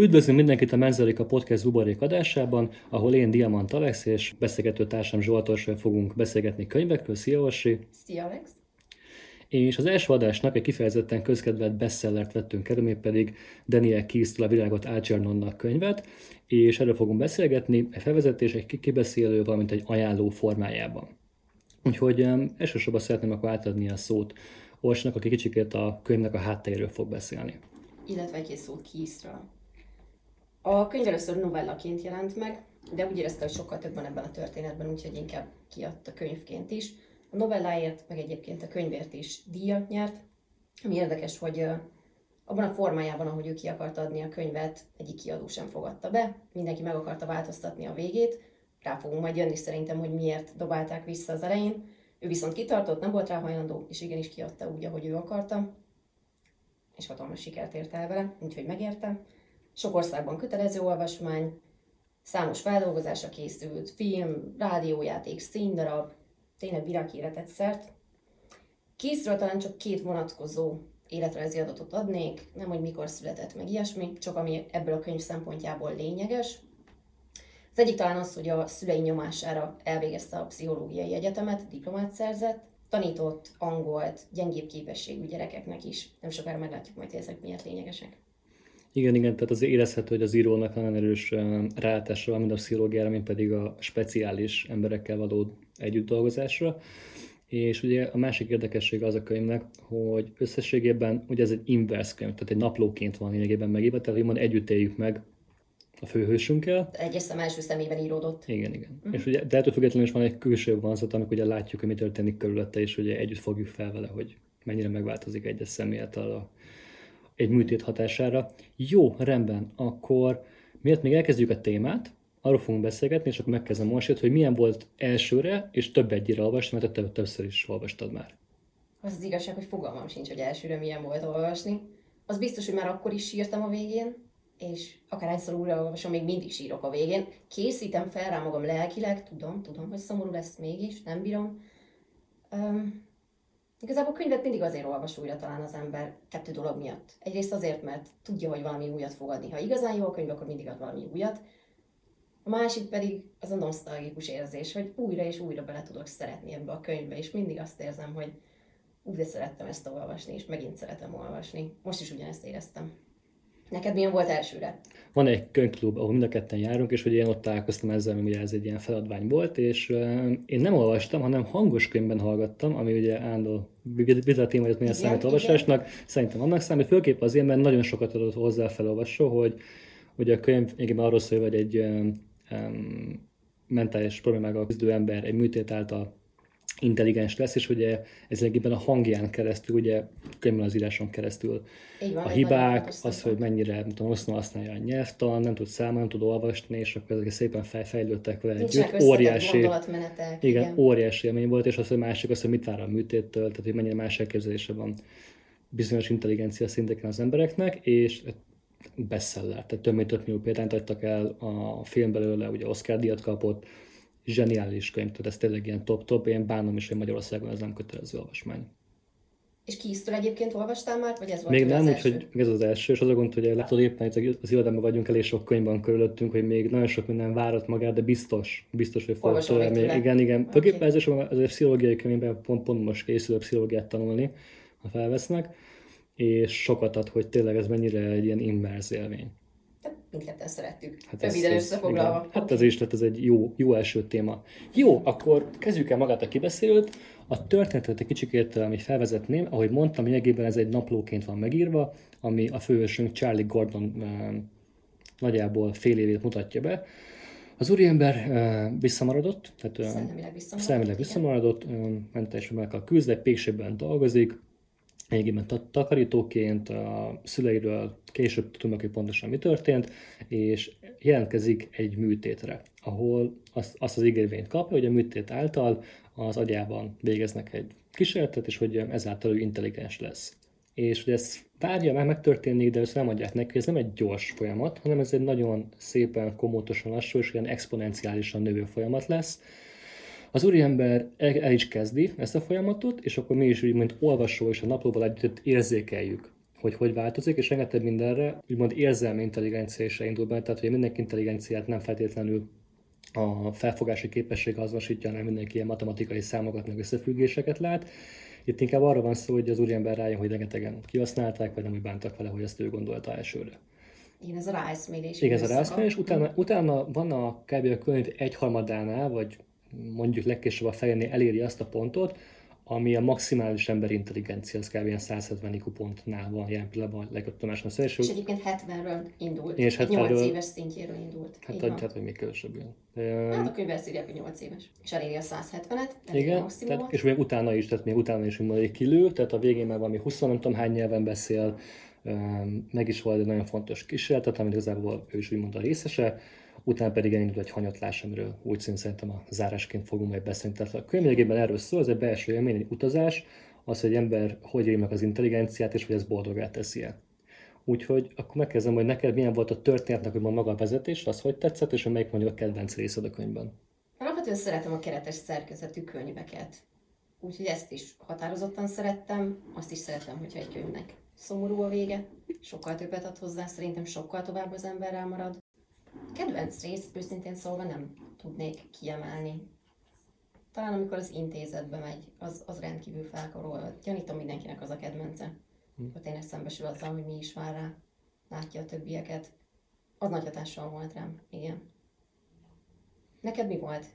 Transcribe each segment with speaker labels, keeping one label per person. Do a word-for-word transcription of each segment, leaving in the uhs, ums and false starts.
Speaker 1: Üdvözlünk mindenkit a Menzerika Podcast buborék adásában, ahol én Diamant Alex és beszélgető társam Zsoltossal fogunk beszélgetni könyvekről. Szia, Orsi!
Speaker 2: Szia, Alex!
Speaker 1: És az első adásnak egy kifejezetten közkedvelt bestsellert vettünk elő, még pedig Daniel Keyes-től a világot Algernonnak könyvet, és erről fogunk beszélgetni, egy felvezetés, egy kibeszélő, valamint egy ajánló formájában. Úgyhogy um, elsősorban szeretném akkor átadni a szót Orsinak, aki kicsikét a könyvnek a hátteréről fog beszélni.
Speaker 2: Illetve egy szót Keyesről. A könyv először novellaként jelent meg, de úgy érezte, hogy sokkal több van ebben a történetben, úgyhogy inkább kiadta könyvként is. A novelláért, meg egyébként a könyvért is díjat nyert, ami érdekes, hogy abban a formájában, ahogy ő ki akart adni a könyvet, egyik kiadó sem fogadta be, mindenki meg akarta változtatni a végét, rá fogunk majd jönni szerintem, hogy miért dobálták vissza az elején. Ő viszont kitartott, nem volt rá hajlandó, és igenis kiadta úgy, ahogy ő akarta, és hatalmas sikert ért el vele, úgyhogy megérte. Sok országban kötelező olvasmány, számos feldolgozása készült, film, rádiójáték, színdarab, tényleg világhírre tett szert. Keyesről talán csak két vonatkozó életrajzi adatot adnék, nem hogy mikor született meg ilyesmi, csak ami ebből a könyv szempontjából lényeges. Az egyik talán az, hogy a szülei nyomására elvégezte a pszichológiai egyetemet, diplomát szerzett, tanított angolt, gyengébb képességű gyerekeknek is. Nem sokára meglátjuk majd, hogy ezek miért lényegesek.
Speaker 1: Igen, igen, tehát azért érezhető, hogy az írónak nagyon erős rálátása van, mind a pszichológiára, mind pedig a speciális emberekkel való együttdolgozásra. És ugye a másik érdekessége az a könyvnek, hogy összességében ugye ez egy inverse könyv, tehát egy naplóként van lényegében megírva, tehát úgymond együtt éljük meg a főhősünkkel.
Speaker 2: Egyes szem első szemében íródott.
Speaker 1: Igen, igen. Mm. És ugye, de ettől függetlenül is van egy külső vonzat, amikor ugye látjuk, hogy mi történik körülötte, és ugye együtt fogjuk fel vele, hogy mennyire megváltozik egyes személy által a egy műtét hatására. Jó, rendben, akkor miért még elkezdjük a témát, arról fogunk beszélgetni, és akkor megkezdem most, hogy milyen volt elsőre, és több egyire olvasni, mert te többször is olvastad már.
Speaker 2: Az az igazság, hogy fogalmam sincs, hogy elsőre milyen volt olvasni. Az biztos, hogy már akkor is sírtam a végén, és akárhányszor újra olvasom, még mindig sírok a végén. Készítem fel rá magam lelkileg, tudom, tudom, hogy szomorú lesz mégis, nem bírom. Um, Igazából könyvet mindig azért olvas újra talán az ember kettő dolog miatt. Egyrészt azért, mert tudja, hogy valami újat fog adni. Ha igazán jó a könyv, akkor mindig ad valami újat. A másik pedig az a nosztalgikus érzés, hogy újra és újra bele tudok szeretni ebbe a könyvbe, és mindig azt érzem, hogy úgy de szerettem ezt olvasni, és megint szeretem olvasni. Most is ugyanezt éreztem. Neked milyen volt elsőre?
Speaker 1: Van egy könyvklub, ahol mind a ketten járunk, és ugye én ott találkoztam ezzel, ami ugye ez egy ilyen feladvány volt, és uh, én nem olvastam, hanem hangos könyvben hallgattam, ami ugye állandó vita téma, hogy milyen számít olvasásnak. Szerintem annak számít, főképp azért, mert nagyon sokat adott hozzá a felolvasó, hogy ugye a könyv igen arról szól, hogy egy um, um, mentális problémákkal küzdő ember egy műtét által intelligens lesz, és ugye ez egyébként a hangján keresztül, ugye könyvben az íráson keresztül
Speaker 2: van,
Speaker 1: a hibák, az, hogy mennyire nem tudom, rosszul használja a nyelvtan, nem tud számolni, nem tud olvasni, és akkor ezek szépen fejlődtek vele együtt. Óriási, igen, igen, óriási élmény volt, és az, hogy másik az, hogy mit vár a műtéttől, tehát hogy mennyire más elképzelése van bizonyos intelligencia szinteken az embereknek, és bestseller, tehát több mint öt millió példányt adtak el a film belőle, ugye Oscar-díjat kapott, zseniális könyv, tehát ez tényleg ilyen top-top, én bánom is, hogy Magyarországon ez nem kötelező olvasmány.
Speaker 2: És Keyes-től egyébként olvastál már, vagy ez volt
Speaker 1: még nem,
Speaker 2: az
Speaker 1: úgyhogy ez az első, és az a gond, hogy látod éppen itt az irodában vagyunk, elég sok könyv van körülöttünk, hogy még nagyon sok minden várat magát, de biztos, biztos, hogy fogok tőle még. Igen, igen. Okay. Főképpen ez is az egy pszichológiai könyvben pont, pont most készül pszichológiát tanulni, ha felvesznek, és sokat ad, hogy tényleg ez mennyire egy ilyen inverz élmény.
Speaker 2: Mindketten szerettük.
Speaker 1: Hát
Speaker 2: Röviden összefoglalva.
Speaker 1: Hát ez is lett, ez egy jó, jó első téma. Jó, akkor kezdjük el magát a kibeszélőt. A történetet egy kicsikét, amit felvezetném, ahogy mondtam, lényegében ez egy naplóként van megírva, ami a főhősünk Charlie Gordon eh, nagyjából fél évét mutatja be. Az úriember eh, visszamaradott, tehát eh,
Speaker 2: szellemileg visszamaradott,
Speaker 1: szellemileg visszamaradott eh, mentális problémákkal küzd, egy pékségben dolgozik, egyébként takarítóként, a szüleiről később tudom, hogy pontosan mi történt, és jelentkezik egy műtétre, ahol azt, azt az ígérvényt kapja, hogy a műtét által az agyában végeznek egy kísérletet, és hogy ezáltal ő intelligens lesz. És hogy ez várja, meg megtörténik, de ezt nem adják neki, ez nem egy gyors folyamat, hanem ez egy nagyon szépen, komótosan lassú, és ilyen exponenciálisan növő folyamat lesz. Az úriember el, el is kezdi ezt a folyamatot, és akkor mi is úgy, mint olvasó és a naplóval együtt érzékeljük hogy hogy változik, és rengeteg mindenre úgymond érzelmi intelligencia is indul benne, tehát hogy mindenki intelligenciát nem feltétlenül a felfogási képessége azonosítja, hanem mindenki ilyen matematikai számokat, meg összefüggéseket lát. Itt inkább arra van szó, hogy az úriember rájön, hogy rengetegen kihasználták, vagy nem úgy bántak vele, hogy ezt ő gondolta elsőre.
Speaker 2: Igen, ez a ráeszmélés.
Speaker 1: Igen, ez a ráeszmélés. Utána, utána van a kb. A könyv egyharmadánál, vagy mondjuk legkésőbb a felénél eléri azt a pontot, ami a maximális emberi intelligencia, az kb. Ilyen száz hetven I Q pontnál van jelen pillanatban a legjobb tudomásom szerint.
Speaker 2: És egyébként hetvenről indult,
Speaker 1: és
Speaker 2: nyolc éves szintjéről indult.
Speaker 1: Hát, tehát, hogy még kevesebb jön.
Speaker 2: Hát a könyvben ezt írják, hogy nyolc éves. És eléri a száz hetvenet,
Speaker 1: igen,
Speaker 2: a
Speaker 1: tehát, és még utána is, tehát még utána is mondani kilő, tehát a végén már valami húsz nem tudom hány nyelven beszél, meg is volt egy nagyon fontos kísérletet, amit igazából ő is úgymond a részese, utána pedig elindult egy hanyatlás, amiről úgy szint szerintem a zárásként fogunk majd beszélni. Tehát a könyvjegyében erről szól, ez egy belső élmény, egy utazás, az, hogy egy ember hogy él meg az intelligenciát, és hogy ez boldogát teszi el. Úgyhogy akkor megkezdem, hogy neked milyen volt a történetnek, hogy maga a vezetés, az hogy tetszett, és hogy melyik mondjuk a kedvenc részed a könyvben?
Speaker 2: Alapvetően szeretem a keretes szerkezetű könyveket. Úgyhogy ezt is határozottan szerettem, azt is szeretem, hogyha egy könyvnek szomorú a vége, sokkal többet ad hozzá, szerintem sokkal tovább az ember elmarad. Kedvenc rész, őszintén szólva nem tudnék kiemelni. Talán amikor az intézetbe megy, az, az rendkívül felkarol. Gyanítom, mindenkinek az a kedvence. Hm. Hogy tényleg szembesül azzal, hogy mi is vár rá, látja a többieket. Az nagy hatással volt rám, igen. Neked mi volt?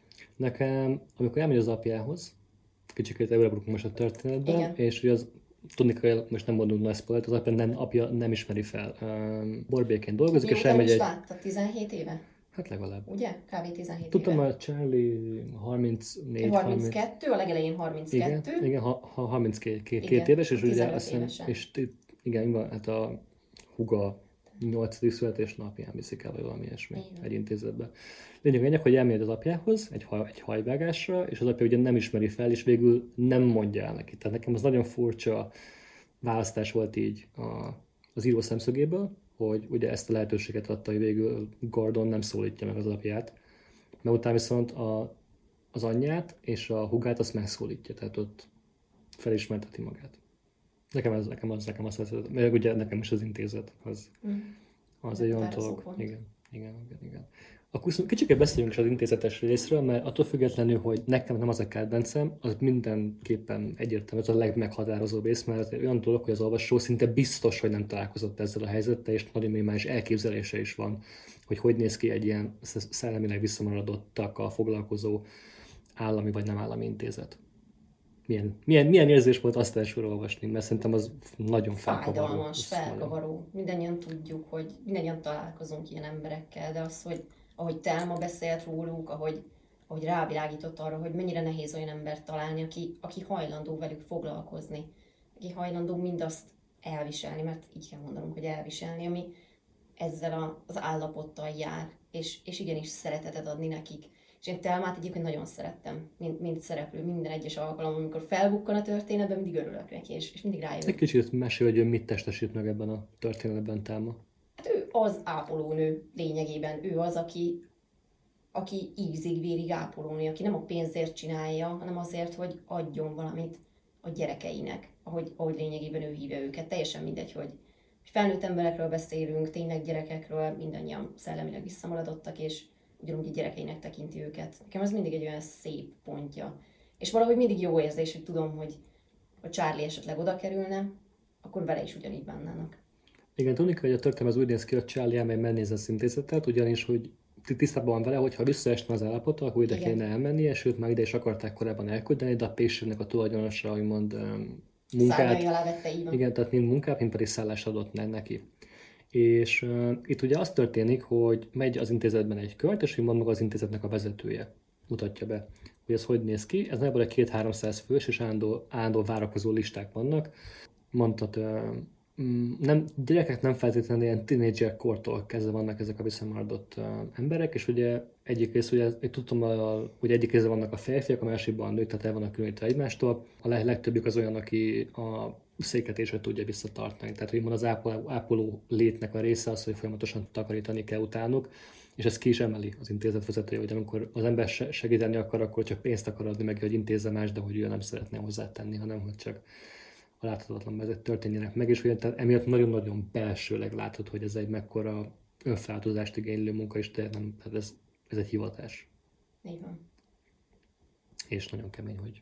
Speaker 1: Nekem, amikor elmegy az apjához, kicsit előre most a történetben,
Speaker 2: igen.
Speaker 1: és hogy az tudni kell, most nem mondunk nagy spoilert, az apja nem, apja nem ismeri fel. Um, borbélyként dolgozik, és elmegy egy...
Speaker 2: látta, tizenhét éve?
Speaker 1: Hát legalább.
Speaker 2: Ugye? Kb. tizenhét
Speaker 1: Tudtam,
Speaker 2: éve.
Speaker 1: hogy Charlie harmincnégy
Speaker 2: harminckettő, a legelején harminckettő.
Speaker 1: Igen, igen ha, ha harminckét két éves, és ugye azt
Speaker 2: hiszem,
Speaker 1: és igen, igen, hát a húga nyolcadik születésnapján viszik el, vagy valami ilyesmi egy intézetbe. Lényeg, lényeg, hogy elmegy az apjához egy, haj, egy hajvágásra, és az apja ugye nem ismeri fel, és végül nem mondja el neki. Tehát nekem az nagyon furcsa választás volt így a, az író szemszögéből, hogy ugye ezt a lehetőséget adta, hogy végül Gordon nem szólítja meg az apját, mert utána viszont a, az anyját és a húgát azt megszólítja, tehát ott felismerteti magát. Nekem ez, nekem az, nekem az, mert ugye nekem is az intézet, az, az egy olyan dolog. Igen, igen, igen, igen. Akkor kicsit beszéljünk is az intézetes részről, mert attól függetlenül, hogy nekem nem az a kedvencem, az mindenképpen egyértelmű, az a legmeghatározóbb rész, mert az olyan dolog, hogy az olvasó szinte biztos, hogy nem találkozott ezzel a helyzettel, és nagyon minimális elképzelése is van, hogy hogy néz ki egy ilyen szellemileg visszamaradottakkal foglalkozó állami vagy nem állami intézet. Milyen, milyen, milyen érzés volt azt elsőre olvasni, mert szerintem az nagyon felkavaró.
Speaker 2: Fájdalmas, felkavaró. Mindennyian tudjuk, hogy mindennyian találkozunk ilyen emberekkel, de az, hogy ahogy Telma beszélt róluk, ahogy, ahogy rávilágított arra, hogy mennyire nehéz olyan embert találni, aki, aki hajlandó velük foglalkozni, aki hajlandó mindazt elviselni, mert így kell mondanunk, hogy elviselni, ami ezzel a, az állapottal jár, és, és igenis szeretetet adni nekik. És én Telmát egyébként nagyon szerettem, mint, mint szereplő, minden egyes alkalommal, amikor felbukkan a történetben, mindig örülök neki, és, és mindig rájövök.
Speaker 1: Egy kicsit mesél, hogy ő mit testesít meg ebben a történetben, Telma.
Speaker 2: Hát ő az ápolónő lényegében, ő az, aki, aki ízig-vérig ápolónő, aki nem a pénzért csinálja, hanem azért, hogy adjon valamit a gyerekeinek, ahogy, ahogy lényegében ő hívja őket. Teljesen mindegy, hogy felnőtt emberekről beszélünk, tényleg gyerekekről, mindannyian szellemileg visszamaradottak, és ugyanúgy a gyerekeinek tekinti őket. Nekem ez mindig egy olyan szép pontja. És valahogy mindig jó érzés, hogy tudom, hogy ha Charlie esetleg oda kerülne, akkor vele is ugyanígy bánnának.
Speaker 1: Igen, tudni kell, hogy a történet az úgy néz ki, hogy Charlie elmegy megnézni az intézetet, ugyanis, hogy tisztában van vele, hogy ha visszaesne az állapota, akkor ide kéne elmennie, sőt már ide is akarták korábban elküldeni, de a Pécsének a tulajdonosa, úgymond munkát,
Speaker 2: alá vette, így van.
Speaker 1: Igen, tehát mind munkát, mind pedig szállást adott neki. És uh, itt ugye az történik, hogy megy az intézetben egy kört, és úgymond maga az intézetnek a vezetője mutatja be, hogy ez hogy néz ki. Ez nagyjából egy két-háromszáz fős, és állandó, állandó várakozó listák vannak. Mondtad, uh, nem, gyerekek nem feltétlenül ilyen tínédzser kortól kezdve vannak ezek a visszamaradott uh, emberek, és ugye egyik rész, ugye, én tudtam, hogy egyik részben vannak a férfiak, a másikban a nők, tehát el vannak különítve egymástól. A legtöbbük az olyan, aki a széketésre tudja visszatartani. Tehát, hogy az ápoló, ápoló létnek a része az, hogy folyamatosan takarítani kell utánuk, és ez ki is emeli az intézet vezetője, hogy amikor az ember segíteni akar, akkor csak pénzt akar adni meg, hogy intézze más, de hogy ő nem szeretne hozzátenni, hanem hogy csak a láthatatlanban ezek történjenek meg, és hogy tehát emiatt nagyon-nagyon belsőleg látod, hogy ez egy mekkora önfeláldozást igénylő munka, és tehát nem, tehát ez, ez egy hivatás.
Speaker 2: Így van.
Speaker 1: És nagyon kemény, hogy...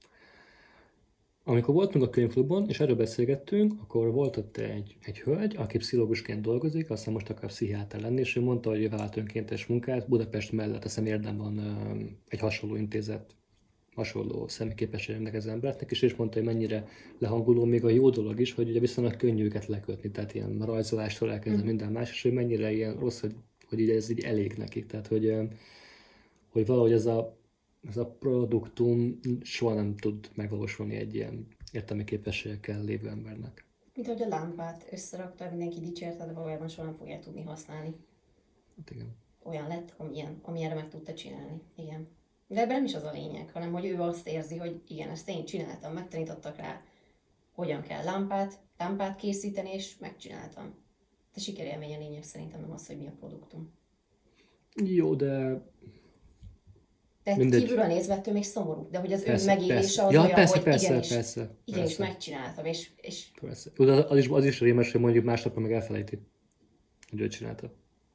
Speaker 1: Amikor voltunk a könyvklubon, és erről beszélgettünk, akkor volt ott egy, egy hölgy, aki pszichológusként dolgozik, aztán most akar pszichiáter lenni, és ő mondta, hogy ő vállalt önkéntes munkát. Budapest mellett, azt hiszem Érdemben van egy hasonló intézet, hasonló személyképességű rendelkező embernek, és, és mondta, hogy mennyire lehangoló még a jó dolog is, hogy ugye viszonylag könnyű őket lekötni, tehát ilyen rajzolástól elkezdve mm. minden más, és hogy mennyire ilyen rossz, hogy, hogy így ez így elég nekik, tehát hogy, hogy valahogy ez a, ez a produktum soha nem tud megvalósulni egy ilyen értelmi képességekkel lévő embernek.
Speaker 2: Mint ahogy a lámpát összerakta, mindenki dicsérte, de valójában soha nem fogja tudni használni.
Speaker 1: Hát igen.
Speaker 2: Olyan lett, amilyen, amilyenre meg tudta csinálni. Igen. De ebben nem is az a lényeg, hanem hogy ő azt érzi, hogy igen, ezt én csináltam, megtanítottak rá, hogyan kell lámpát, lámpát készíteni, és megcsináltam. De sikerélmény a lényeg szerintem, nem az, hogy mi a produktum.
Speaker 1: Jó, de...
Speaker 2: De
Speaker 1: mindegy.
Speaker 2: Kívülről nézve ettől még szomorú, de hogy az
Speaker 1: Persze,
Speaker 2: ő megélése
Speaker 1: persze.
Speaker 2: az
Speaker 1: Ja,
Speaker 2: olyan,
Speaker 1: persze,
Speaker 2: hogy
Speaker 1: persze,
Speaker 2: igenis,
Speaker 1: persze,
Speaker 2: igenis
Speaker 1: persze.
Speaker 2: megcsináltam, és... és...
Speaker 1: Persze. De az is, az is rémes, hogy mondjuk másnapra meg elfelejti, hogy ő csinálta.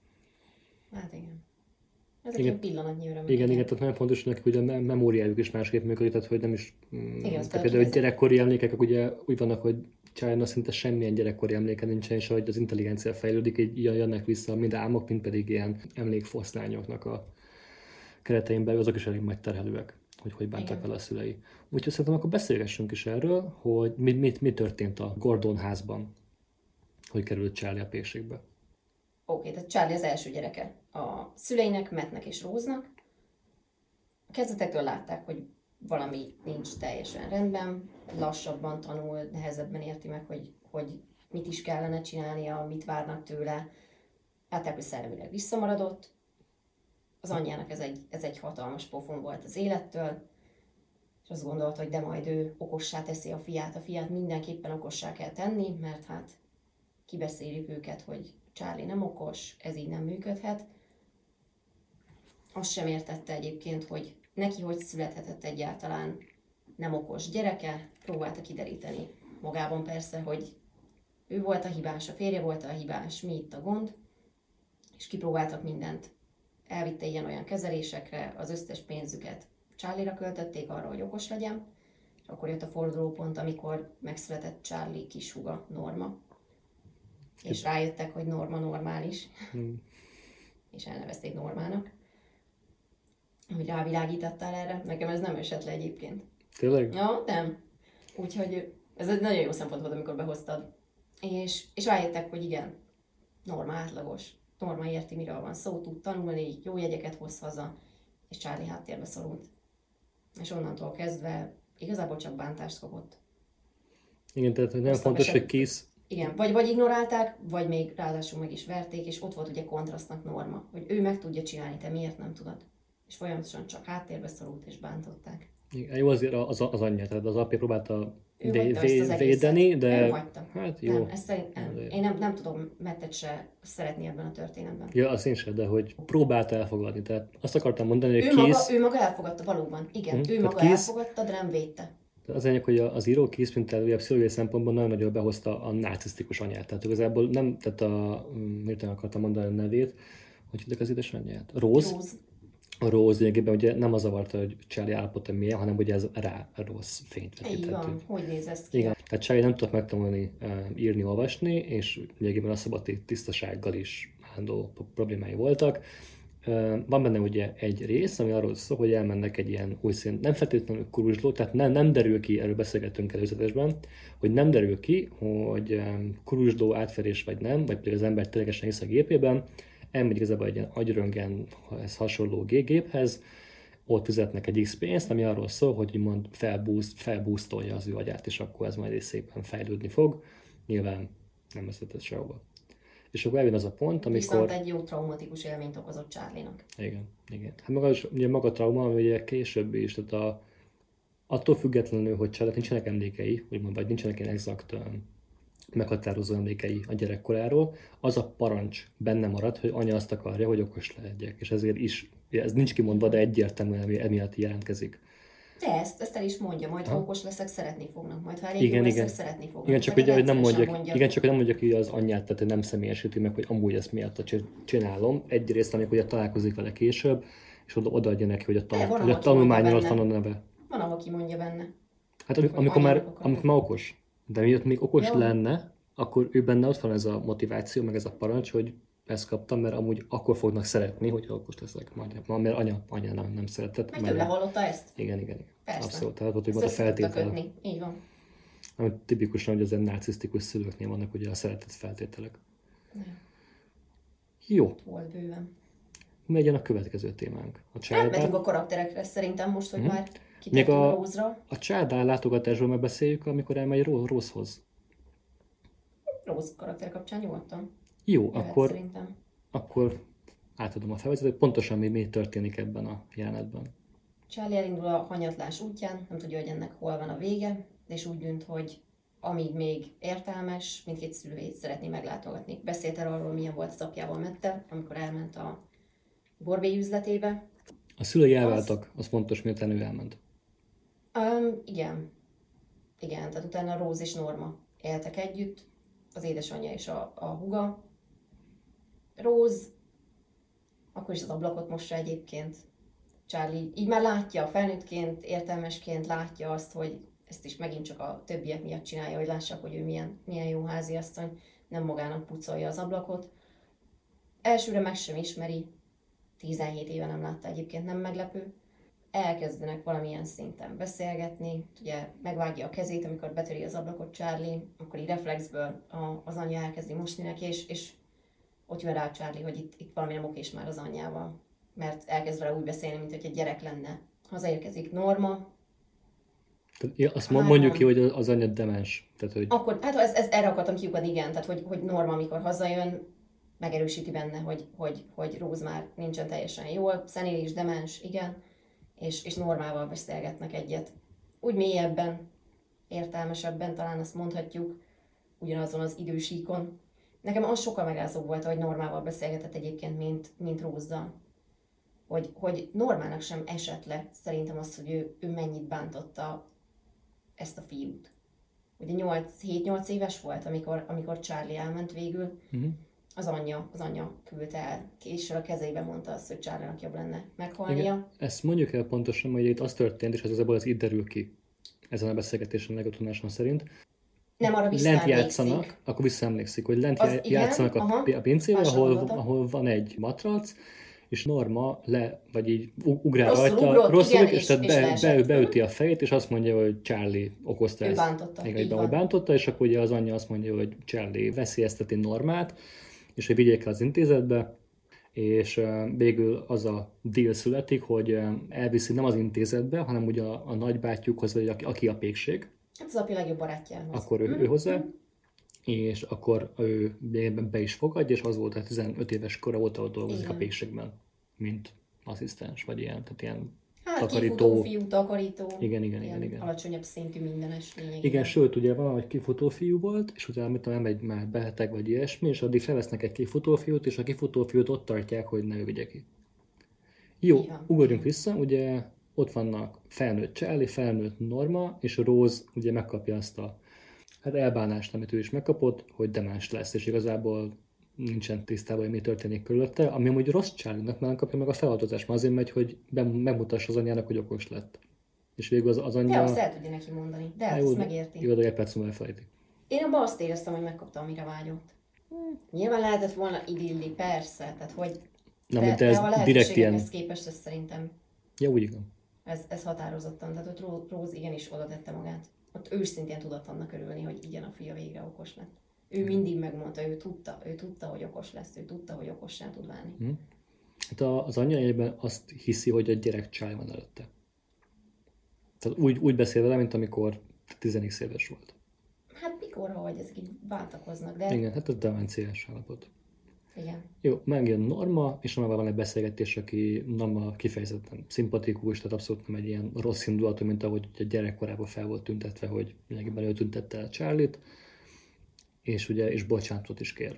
Speaker 2: Hát igen. Ezek
Speaker 1: Igen.
Speaker 2: ilyen pillanatnyi örömök.
Speaker 1: Igen, igen, tehát nagyon fontos, hogy nekik ugye a memóriájuk is másképp működik, tehát hogy nem is...
Speaker 2: Igen,
Speaker 1: tehát
Speaker 2: fel
Speaker 1: például
Speaker 2: ki
Speaker 1: gyerekkori emlékek ugye úgy vannak, hogy Charlie-nak szinte semmilyen gyerekkori emléke nincsen, és ahogy az intelligencia fejlődik, így jönnek vissza mind álmok, mind pedig ilyen emlékfoszlányoknak a keretein belül, azok is elég megterhelőek, hogy hogy bántak
Speaker 2: Igen.
Speaker 1: vele a szülei. Úgyhogy szerintem akkor beszélgessünk is erről, hogy mi, mi, mi történt a Gordon házban, hogy került Charlie a pékségbe.
Speaker 2: Oké, okay, tehát Charlie az első gyereke a szüleinek, Mattnek és Rose-nak. A kezdetektől látták, hogy valami nincs teljesen rendben, lassabban tanul, nehezebben érti meg, hogy, hogy mit is kellene csinálnia, mit várnak tőle. Látták, hogy szellemileg visszamaradott. Az anyjának ez egy, ez egy hatalmas pofon volt az élettől, és azt gondolta, hogy de majd ő okossá teszi a fiát. A fiát mindenképpen okossá kell tenni, mert hát kibeszéljük őket, hogy Charlie nem okos, ez így nem működhet. Azt sem értette egyébként, hogy neki hogy születhetett egyáltalán nem okos gyereke, próbálta kideríteni magában persze, hogy ő volt a hibás, a férje volt a hibás, mi itt a gond, és kipróbáltak mindent. Elvitte ilyen-olyan kezelésekre, az összes pénzüket Charlie-ra költötték arra, hogy okos legyen, és akkor jött a fordulópont, amikor megszületett Charlie kishúga, Norma, és rájöttek, hogy Norma normális,
Speaker 1: Hmm.
Speaker 2: és elnevezték Normának, hogy rávilágítottál erre. Nekem ez nem esett le egyébként.
Speaker 1: Tényleg?
Speaker 2: Ja, nem. Úgyhogy ez egy nagyon jó szempont volt, amikor behoztad. És, és rájöttek, hogy igen, Norma átlagos. Norma érti, miről van szó, tud tanulni, jó jegyeket hoz haza, és Charlie háttérbe szorult. És onnantól kezdve igazából csak bántást kapott.
Speaker 1: Igen, tehát hogy nem
Speaker 2: Aztán
Speaker 1: fontos,
Speaker 2: be sem-
Speaker 1: hogy kész.
Speaker 2: Igen, vagy, vagy ignorálták, vagy még ráadásul meg is verték, és ott volt ugye kontrasztnak Norma, hogy ő meg tudja csinálni, te miért nem tudod. És folyamatosan csak háttérbe szorult és bántották.
Speaker 1: Igen, jó, azért az, az anyja, tehát az apja próbálta
Speaker 2: Ő
Speaker 1: vé-
Speaker 2: hagyta ezt az
Speaker 1: vé-
Speaker 2: egészet.
Speaker 1: védeni, de
Speaker 2: Ő hagyta.
Speaker 1: hát jó.
Speaker 2: Nem, ezt szerint, nem.
Speaker 1: Azért.
Speaker 2: Én nem, nem tudom Mattet se szeretni ebben a történetben.
Speaker 1: Ja, azt én sem, de hogy próbálta elfogadni, tehát azt akartam mondani, hogy
Speaker 2: Ő maga,
Speaker 1: kész,
Speaker 2: ő maga elfogadta, valóban. Igen,
Speaker 1: Mhm,
Speaker 2: ő
Speaker 1: tehát
Speaker 2: maga
Speaker 1: kész-
Speaker 2: elfogadta, de nem védte.
Speaker 1: az lényeg, hogy az író Keith Pinter ugye a pszichológiai szempontból nagyon nagyon behozta a narcisztikus anyát. Tehát igazából nem, tehát a, miért nem akartam mondani a nevét, hogy hívják az édesanyját? Rose.
Speaker 2: Rose.
Speaker 1: A Rose lényegében ugye nem az zavarta, hogy Charlie állapota milyen, hanem ugye ez rá rossz fényt
Speaker 2: Így
Speaker 1: vetített.
Speaker 2: van, hogy néz ez ki?
Speaker 1: Igen, tehát Charlie nem tudott megtanulni uh, írni, olvasni, és lényegében a szabati tisztasággal is állandó problémái voltak. Uh, van benne ugye egy rész, ami arról szól, hogy elmennek egy ilyen új szín, nem feltétlenül kuruzsló, tehát nem, nem derül ki, erről beszélgettünk előzetesben, hogy nem derül ki, hogy um, kuruzsló átferés vagy nem, vagy pedig az ember ténylegesen hisz a gépében, elmegy igazából egy ilyen agyröntgenhez hasonló géphez, ott fizetnek egy X pénzt, ami arról szól, hogy úgymond felboost, felboostolja az ő agyát, és akkor ez majd is szépen fejlődni fog. Nyilván nem vezetett sehova. És akkor eljön az a pont, amikor...
Speaker 2: Viszont egy jó traumatikus élményt okozott Charlie-nak.
Speaker 1: Igen, igen. Hát maga, is- ugye maga a trauma, ami ugye később is, tehát a, attól függetlenül, hogy család nincsenek emlékei, úgymond, vagy nincsenek ilyen exakt um, meghatározó emlékei a gyerekkoráról, az a parancs benne marad, hogy anya azt akarja, hogy okos legyek, és ezért is, ez nincs kimondva, de egyértelműen emi- emiatt jelentkezik.
Speaker 2: De ezt, ezt el is mondja, majd ha
Speaker 1: Ha?
Speaker 2: okos leszek, szeretni fognak, majd ha elég
Speaker 1: Igen,
Speaker 2: jó leszek,
Speaker 1: igen.
Speaker 2: szeretni fognak.
Speaker 1: Igen, csak
Speaker 2: Ezeket
Speaker 1: ugye, hogy nem
Speaker 2: rendszeresen
Speaker 1: mondja,
Speaker 2: mondja.
Speaker 1: igen, csak hogy nem mondja ki az anyját, tehát hogy nem személyesíti meg, hogy amúgy ezt miatt csinálom. Egyrészt, amikor ugye találkozik vele később, és oda, odaadja neki, hogy a,
Speaker 2: De
Speaker 1: tan-
Speaker 2: van,
Speaker 1: hogy a
Speaker 2: ahol
Speaker 1: tanulmány
Speaker 2: kimondja
Speaker 1: alatt van
Speaker 2: benne.
Speaker 1: a neve.
Speaker 2: Van, ahol kimondja benne.
Speaker 1: Hát ami-
Speaker 2: Hogy
Speaker 1: amikor már,
Speaker 2: anyjának akarok.
Speaker 1: amikor már okos. De miatt még okos
Speaker 2: Jó.
Speaker 1: lenne, akkor ő benne ott van ez a motiváció, meg ez a parancs, hogy ezt kaptam, mert amúgy akkor fognak szeretni, hogyha okos leszek majd. Mert anya, anya nem, nem szeretett.
Speaker 2: Meg
Speaker 1: mert-
Speaker 2: tőle hallotta ezt?
Speaker 1: Igen, igen, igen.
Speaker 2: Persze.
Speaker 1: Abszolút. Tehát ott, hogy
Speaker 2: Ezt
Speaker 1: volt a
Speaker 2: össze tudta
Speaker 1: feltétel.
Speaker 2: kötni. Így van.
Speaker 1: Ami tipikusan, hogy az ilyen narcisztikus szülőknél vannak ugye a szeretet feltételek.
Speaker 2: Nem.
Speaker 1: Jó,
Speaker 2: Volt bőven.
Speaker 1: megyen a következő témánk. A
Speaker 2: Átmentünk
Speaker 1: csárdán.
Speaker 2: a karakterekre szerintem most, hogy
Speaker 1: Mhm.
Speaker 2: már
Speaker 1: Még
Speaker 2: kitértünk
Speaker 1: a-
Speaker 2: a Rózra.
Speaker 1: A csárdán látogatásról megbeszéljük, amikor elmegy Ró- Rózhoz.
Speaker 2: Róz karakter kapcsán nyugodtan.
Speaker 1: Jó,
Speaker 2: Jöhet
Speaker 1: akkor,
Speaker 2: szerintem.
Speaker 1: akkor átadom a felvezetőt, pontosan mi, mi történik ebben a jelenetben.
Speaker 2: Charlie elindul a hanyatlás útján, nem tudja, hogy ennek hol van a vége, és úgy dönt, hogy amíg még értelmes, mindkét szülőjét szeretné meglátogatni. Beszélt el arról, milyen volt az apjával Mette, amikor elment a borbély üzletébe.
Speaker 1: A szülei elváltak, az fontos, miután ő elment.
Speaker 2: Um, igen. Igen, tehát utána Róz és Norma éltek együtt, az édesanyja és a, a húga. Róz akkor is az ablakot mossa egyébként. Charlie így már látja, felnőttként, értelmesként látja azt, hogy ezt is megint csak a többiek miatt csinálja, hogy lássák, hogy ő milyen, milyen jó háziasszony, nem magának pucolja az ablakot. Elsőre meg sem ismeri, tizenhét éve nem látta egyébként, nem meglepő. Elkezdenek valamilyen szinten beszélgetni, ugye megvágja a kezét, amikor betöri az ablakot Charlie, akkor így reflexből a, az anyja elkezdi mosni neki, és, és ott jön rá Charlie, hogy itt, itt valami nem okés már az anyjával, mert elkezd vele úgy beszélni, mint hogy egy gyerek lenne. Hazaérkezik Norma,
Speaker 1: Tehát, ja, azt
Speaker 2: Hárman.
Speaker 1: mondjuk ki, hogy az anyja demens. Tehát, hogy
Speaker 2: akkor, hát ez, ez, erre akartam kiukadni, igen, tehát hogy, hogy Norma, amikor hazajön, megerősíti benne, hogy, hogy, hogy Róz már nincsen teljesen jól, szenilis, demens, igen, és, és Normával beszélgetnek egyet. Úgy mélyebben, értelmesebben talán azt mondhatjuk, ugyanazon az idősíkon. Nekem az sokkal megrázóbb volt, hogy Normával beszélgetett egyébként, mint, mint Rózzal. Hogy, hogy Normának sem esett le szerintem az, hogy ő, ő mennyit bántotta ezt a fiút. Ugye hét-nyolc éves volt, amikor, amikor Charlie elment végül,
Speaker 1: uh-huh.
Speaker 2: az anyja, az anyja küldte el, késsel a kezébe mondta azt, hogy Charlie-nak jobb lenne meghalnia.
Speaker 1: Igen. Ezt mondjuk el pontosan, hogy itt az történt, és ez ebből az itt derül ki ezen a beszélgetésen legutuláson szerint.
Speaker 2: Nem arra
Speaker 1: Lent
Speaker 2: visszaemlékszik.
Speaker 1: játszanak, akkor visszaemlékszik, hogy lent
Speaker 2: Az
Speaker 1: já-
Speaker 2: igen,
Speaker 1: játszanak a,
Speaker 2: aha.
Speaker 1: a pincével,
Speaker 2: Másra
Speaker 1: ahol,
Speaker 2: gondoltam.
Speaker 1: ahol van egy matrac, és Norma le, vagy így u- ugrál
Speaker 2: Rosszul
Speaker 1: rajta,
Speaker 2: ugrott,
Speaker 1: rosszul,
Speaker 2: igen,
Speaker 1: és,
Speaker 2: és-
Speaker 1: tehát
Speaker 2: és
Speaker 1: be,
Speaker 2: leesett.
Speaker 1: be, beüti a fejét, és azt mondja, hogy Charlie okozta
Speaker 2: Ő
Speaker 1: ezt.
Speaker 2: bántotta,
Speaker 1: Igen,
Speaker 2: így
Speaker 1: hogy
Speaker 2: van.
Speaker 1: bántotta, és akkor ugye az anyja azt mondja, hogy Charlie veszélyezteti Normát, és hogy vigyék el az intézetbe, és uh, végül az a deal születik, hogy uh, elviszi nem az intézetbe, hanem ugye a, a nagybátyjukhoz, vagy aki, aki a pékség,
Speaker 2: Hát az apja legjobb barátjához.
Speaker 1: akkor ő,
Speaker 2: Mhm.
Speaker 1: ő hozzá, és akkor ő be is fogadja, és az volt, hogy tizenöt éves kora óta ott dolgozik
Speaker 2: Igen.
Speaker 1: a pékségben, mint asszisztens, vagy ilyen, tehát ilyen
Speaker 2: Hát
Speaker 1: takarító.
Speaker 2: kifutó, fiú, takarító.
Speaker 1: Igen, igen,
Speaker 2: ilyen
Speaker 1: igen, igen.
Speaker 2: Alacsonyabb szintű mindenes lényegében.
Speaker 1: Igen, sőt, ugye van, hogy kifutófiú volt, és utána mit tudom, elmegy már beteg vagy ilyesmi, és addig felvesznek egy kifutófiút, és a kifutófiút ott tartják, hogy ne ő vigye ki. Jó,
Speaker 2: Így van.
Speaker 1: ugorjunk vissza, ugye ott vannak felnőtt Charlie, felnőtt Norma, és Rose ugye megkapja azt a hát elbánást, amit ő is megkapott, hogy demens lesz, és igazából nincsen tisztában, hogy mi történik körülötte, ami amúgy rossz Charlie-nak, mert nem kapja meg a feladatást, mert azért megy, hogy bem- megmutassa az anyjának, hogy okos lett. És végül az, az
Speaker 2: De
Speaker 1: anyja...
Speaker 2: azt el tudja neki mondani. De
Speaker 1: Hát
Speaker 2: hát
Speaker 1: jó,
Speaker 2: azt
Speaker 1: de-
Speaker 2: megérti.
Speaker 1: Jó, de egy perc múlva elfelejti.
Speaker 2: Én abban azt éreztem, hogy megkapta, amire vágyott. Nyilván lehetett volna idilli, persze, tehát hogy
Speaker 1: Na,
Speaker 2: de,
Speaker 1: mint
Speaker 2: de
Speaker 1: ez
Speaker 2: a
Speaker 1: direkt ilyen...
Speaker 2: lehetőségekhez képest ez szerintem
Speaker 1: Ja, úgy igen.
Speaker 2: ez, ez határozottan, tehát ott Ró- Róz igenis oda tette magát. Ott őszintén tudott annak örülni, hogy igen, a fia végre okos lett. Ő mindig megmondta, ő tudta, ő tudta, hogy okos lesz, ő tudta, hogy okossá tud válni.
Speaker 1: Hm. Hát a- az anyja egyben azt hiszi, hogy a gyerek Charlie van előtte. Tehát úgy, úgy beszél vele, mint amikor tizenegy éves volt.
Speaker 2: Hát mikor, hogy ezek így váltakoznak, de
Speaker 1: Igen, hát ez demenciás állapot.
Speaker 2: igen.
Speaker 1: Jó, megjön Norma, és Normával van egy beszélgetés, aki Norma kifejezetten szimpatikus, tehát abszolút nem egy ilyen rossz indulatú, mint ahogy a gyerekkorában fel volt tüntetve, hogy lényegében ő tüntette el Charlie-t, és ugye, és bocsánatot is kér.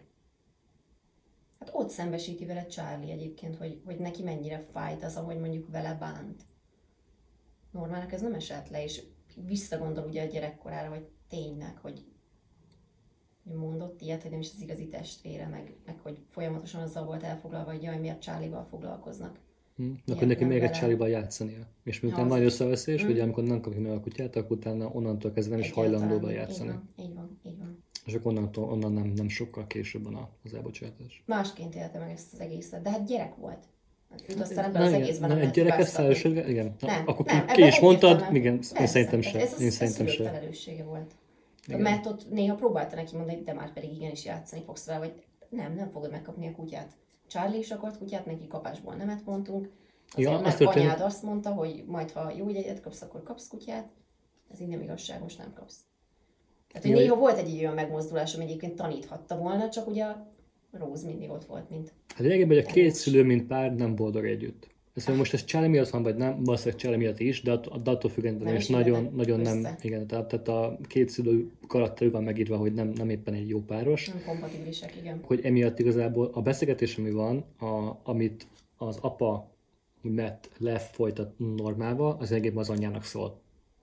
Speaker 2: Hát ott szembesíti vele Charlie egyébként, hogy, hogy neki mennyire fájt az, ahogy mondjuk vele bánt. Normának ez nem esett le, és visszagondol ugye a gyerekkorára, hogy tényleg, hogy mondott ilyet, hogy nem is az igazi testvére, meg, meg hogy folyamatosan azzal volt elfoglalva, hogy jaj, miért Charlie-val foglalkoznak.
Speaker 1: Hm. Akkor neki még egy Charlie-val játszania. És miután nagy összeveszés,
Speaker 2: mm.
Speaker 1: ugye amikor nem kapja meg a kutyát, akkor utána onnantól kezdve nem is hajlandó játszani.
Speaker 2: Így van, így van, így van.
Speaker 1: És akkor onnantól, onnan nem, nem sokkal később van az elbocsátás.
Speaker 2: Másként élte meg ezt az egészet, de hát gyerek volt. Őt aztán
Speaker 1: ebben
Speaker 2: az egészben nem
Speaker 1: egy gyereket felelőssége, igen.
Speaker 2: Nem,
Speaker 1: akkor
Speaker 2: nem,
Speaker 1: ki is mondtad,
Speaker 2: nem.
Speaker 1: igen,
Speaker 2: Persze,
Speaker 1: én szerintem sem.
Speaker 2: Ez
Speaker 1: Én
Speaker 2: a
Speaker 1: szerintem
Speaker 2: szülők
Speaker 1: sem.
Speaker 2: felelőssége volt. Igen. Mert ott néha próbálta neki mondani, de már pedig igenis játszani fogsz vele, vagy nem, nem fogod megkapni a kutyát. Charlie is akart kutyát, neki kapásból nemet mondtunk. Azért, ja, mert anyád történt... azt mondta, hogy majd ha jó jegyet kapsz, akkor kapsz kutyát. Ez így nem igazságos, nem kapsz. Tehát, hogy néha volt egy olyan megmozdulás, ami egyébként taníthatta volna, csak ugye a Rose mindig ott volt, mint...
Speaker 1: Hát lényegében, hogy a két szülő, mint pár nem boldog együtt. Ezt ah. most ez Charlie miatt van, vagy nem, valószínűleg Charlie miatt is, de, de attól függetlenül is nagyon, nagyon nem, igen, tehát, tehát a két szülő karakterű van megírva, hogy nem, nem éppen egy jó páros.
Speaker 2: Nem kompatibilisek, igen.
Speaker 1: Hogy emiatt igazából a beszélgetés, ami van, a, amit az apa Matt lefolytat Normával, az egész az anyjának szól.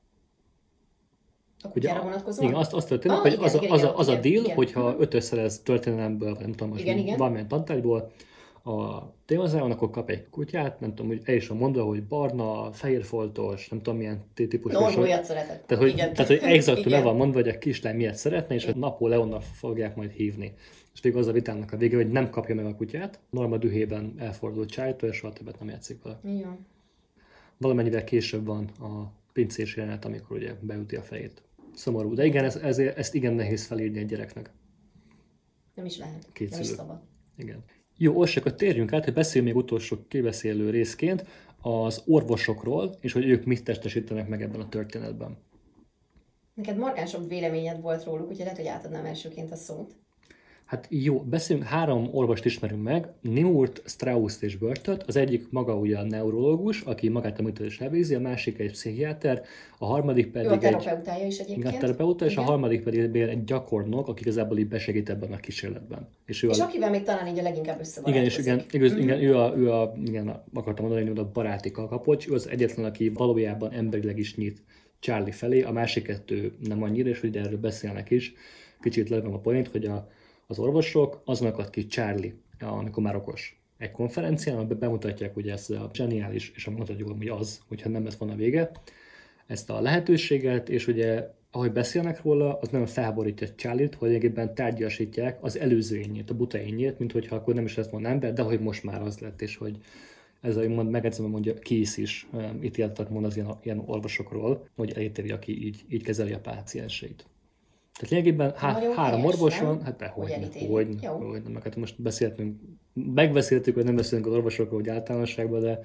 Speaker 2: A kutyára vonatkozóan?
Speaker 1: Igen, azt, azt történik, ah, hogy igen, az, igen, az, igen, az, az a deal, igen. hogyha ötösszerez történelemből, vagy nem tudom, most valamilyen tantárgyból a témazában, akkor kap egy kutyát, nem tudom, hogy el is van mondva, hogy barna, fehérfoltos, nem tudom milyen típusú.
Speaker 2: Normójat szeretett.
Speaker 1: Tehát, hogy, tehát, hogy exaktúan le van mondva, hogy a kislány miért szeretne, és hogy Napóleonnak fogják majd hívni. És még az a vitának a vége, hogy nem kapja meg a kutyát. Norma dühében elfordult Charlie-tól, és soha többet nem játszik vele.
Speaker 2: Igen.
Speaker 1: Valamennyivel később van a pincés jelenet, amikor ugye beüti a fejét. Szomorú. De igen, ez, ez, ezt igen nehéz felírni egy gyereknek.
Speaker 2: Nem is lehet.
Speaker 1: Két
Speaker 2: nem
Speaker 1: szülő.
Speaker 2: is szabad.
Speaker 1: Igen. Jó, most akkor térjünk át, hogy beszéljünk még utolsó kibeszélő részként az orvosokról, és hogy ők mit testesítenek meg ebben a történetben.
Speaker 2: Neked markánsabb véleményed volt róluk, úgyhogy lehet, hogy átadnám elsőként a szót.
Speaker 1: Hát jó, beszélünk, három orvost ismerünk meg, Neurt, Strauss és Burtot. Az egyik maga ugye a neurológus, aki magát a műtődést elvégzi, a másik egy pszichiáter, a harmadik pedig
Speaker 2: ő a terapeutája is egyébként.
Speaker 1: Igen, a terapeuta, és a harmadik pedig egy gyakornok, aki igazából így besegít ebben a kísérletben.
Speaker 2: És, ő és a... akivel még talán így a leginkább összebarátkozik.
Speaker 1: Igen, és igen, igaz, mm-hmm. igen, ő a, ő a, igen, akartam mondani, hogy a baráti kalkapocs, ő az egyetlen, aki valójában emberileg is nyit Charlie felé, a másik kettő nem annyira, és ugye erről beszélnek is. Kicsit levem a point, hogy a az orvosok azon akad ki Charlie, amikor már okos. Egy konferencián, amiben bemutatják ugye ezt a zseniális, és mondhatjuk, hogy az, hogyha nem lett volna vége, ezt a lehetőséget, és ugye ahogy beszélnek róla, az nem felháborítja Charlie-t, hogy egyébként tárgyasítják az előző énjét, a buta énjét, mint hogyha akkor nem is lett volna ember, de hogy most már az lett, és hogy ez a mond, megedzem, mondja, Kész is um, ítéletet mond az ilyen, ilyen orvosokról, hogy elítéli, aki így, így kezeli a pácienseit. Tehát lényegében há- három orvos van, hát dehogy, hogy, hogy nem, hát most beszéltünk, megbeszéltük, hogy nem beszélünk az orvosokról, hogy általánosságban, de,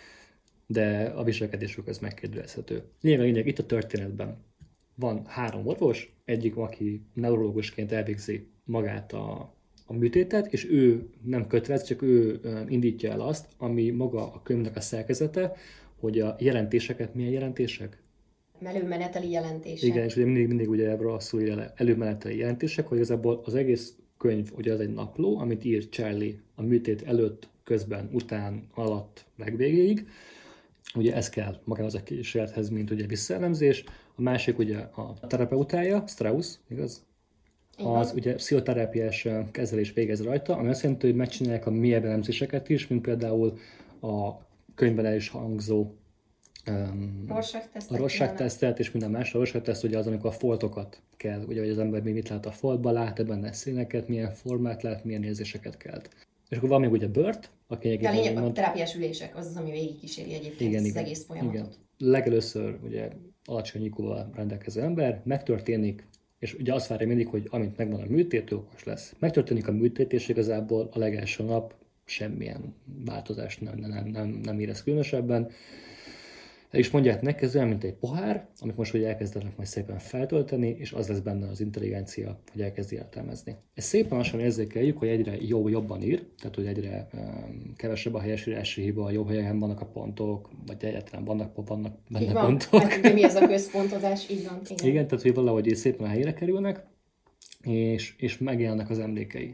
Speaker 1: de a viselkedésük ez megkérdőjelezhető. Lényeg a lényeg, itt a történetben van három orvos, egyik, aki neurológusként elvégzi magát a, a műtétet, és ő nem kötelez, csak ő indítja el azt, ami maga a könyvnek a szerkezete, hogy a jelentéseket, milyen jelentések?
Speaker 2: Előmeneteli jelentések.
Speaker 1: Igen, és ugye mindig, mindig ugye ebből azt szól, előmeneteli jelentések, hogy igazából az egész könyv, ugye az egy napló, amit ír Charlie a műtét előtt, közben, után, alatt, legvégéig. Ugye ez kell magához a kísérlethez, mint ugye visszaelemzés. A másik ugye a terapeutája, Strauss, igaz? Igen. Az ugye pszichoterápiás kezelés végez rajta, ami azt jelenti, hogy megcsinálják a mélyebb elemzéseket is, mint például a könyvben el is hangzó Um, a Rorschach-tesztet és minden más. A Rorschach-teszt ugye az, amikor a foltokat kell, ugye, hogy az ember még mit lát a foltba, lát-e benne színeket, milyen formát lát, milyen érzéseket kelt. És akkor van még ugye Burt, aki
Speaker 2: egyébként... Ja, lényeg, a terápiás ülések, az az, ami végigkíséri egyébként igen, az igen, egész folyamatot. Igen.
Speaker 1: Legelőször ugye alacsony i kú-val rendelkező ember, megtörténik, és ugye azt várja mindig, hogy amint megvan a műtét, ő okos lesz. Megtörténik a műtét, és igazából a legelső nap semmilyen változást nem, nem, nem, nem érez különösebben. El is mondják neki, ez olyan, mint egy pohár, amit most ugye elkezdenek majd szépen feltölteni, és az lesz benne az intelligencia, hogy elkezdi értelmezni. Ezt szépen lassan érzékeljük, hogy egyre jobb, jobban ír, tehát hogy egyre um, kevesebb a helyesírási hiba, jobb helyen vannak a pontok, vagy egyáltalán vannak, vannak benne
Speaker 2: így van.
Speaker 1: pontok.
Speaker 2: Hát, mi ez a központozás? Így van.
Speaker 1: Igen. Igen, tehát hogy valahogy szépen a helyre kerülnek, és, és megjelennek az emlékei.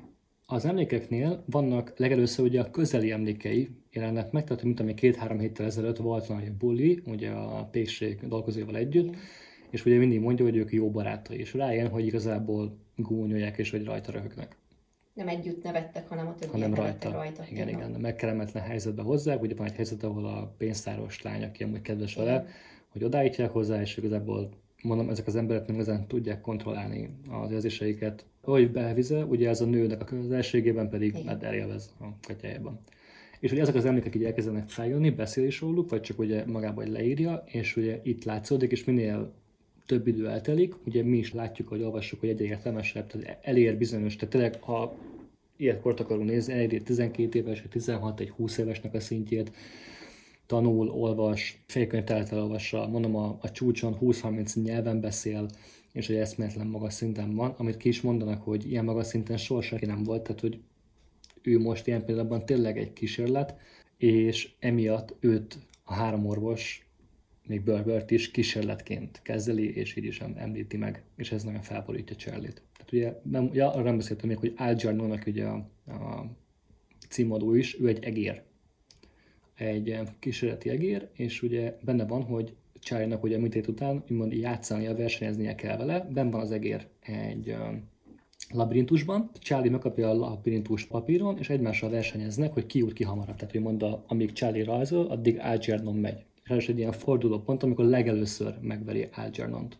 Speaker 1: Az emlékeknél vannak legelőször ugye a közeli emlékei jelennek meg, tehát mint ami két-három héttel ezelőtt volt valami buli, ugye a pékség dolgozóival együtt,
Speaker 2: Igen.
Speaker 1: és ugye mindig mondja, hogy ők jó barátai, és rájön, hogy igazából gúnyolják és hogy rajta röhögnek.
Speaker 2: Nem együtt nevettek, hanem a többiek
Speaker 1: hanem
Speaker 2: nevettek
Speaker 1: rajta.
Speaker 2: rajta.
Speaker 1: Igen,
Speaker 2: Igen.
Speaker 1: igen. Megkellemetlen helyzetbe hozzák, ugye van egy helyzet, ahol a pénztáros lány, aki amúgy kedves
Speaker 2: Igen.
Speaker 1: vele, hogy odállítják hozzá, és igazából mondom, ezek az emberek nem igazán tudják kontrollálni az érzéseiket. Ahogy bevize, ugye ez a nőnek a közelségében pedig
Speaker 2: Igen.
Speaker 1: med elélvez a katyájában. És ugye ezek az emlékek így elkezdenek feljönni, beszél is róluk, vagy csak ugye magában hogy leírja, és ugye itt látszódik, és minél több idő eltelik, ugye mi is látjuk, hogy olvassuk, hogy egyre értelmesebb, tehát elér bizonyos, tehát tényleg, ha ilyet kort akarunk nézni, elér tizenkét éves, vagy tizenhat, egy húsz évesnek a szintjét, tanul, olvas, félkönyvtárat elolvassa, mondom a, a csúcson húsz-harminc nyelven beszél, és egy eszméletlen magas szinten van, amit ki is mondanak, hogy ilyen magas szinten soha senki nem volt, tehát hogy ő most ilyen pillanatban tényleg egy kísérlet, és emiatt őt a három orvos, még Berbert is kísérletként kezeli, és így is említi meg, és ez nagyon felborítja Charlie-t. Tehát ugye, nem, ja, arra nem beszéltem még, hogy Algernon, ugye a, a címadó is, ő egy egér. Egy kísérleti egér, és ugye benne van, hogy Charlie-nak ugye a műtét után úgymond játszania, versenyeznie kell vele, benne van az egér egy labirintusban, Charlie megkapja a labirintus papíron, és egymással versenyeznek, hogy ki jut ki hamarabb. Tehát, hogy mondta, amíg Charlie rajzol, addig Algernon megy. És ez egy ilyen forduló pont, amikor legelőször megveri Algernont.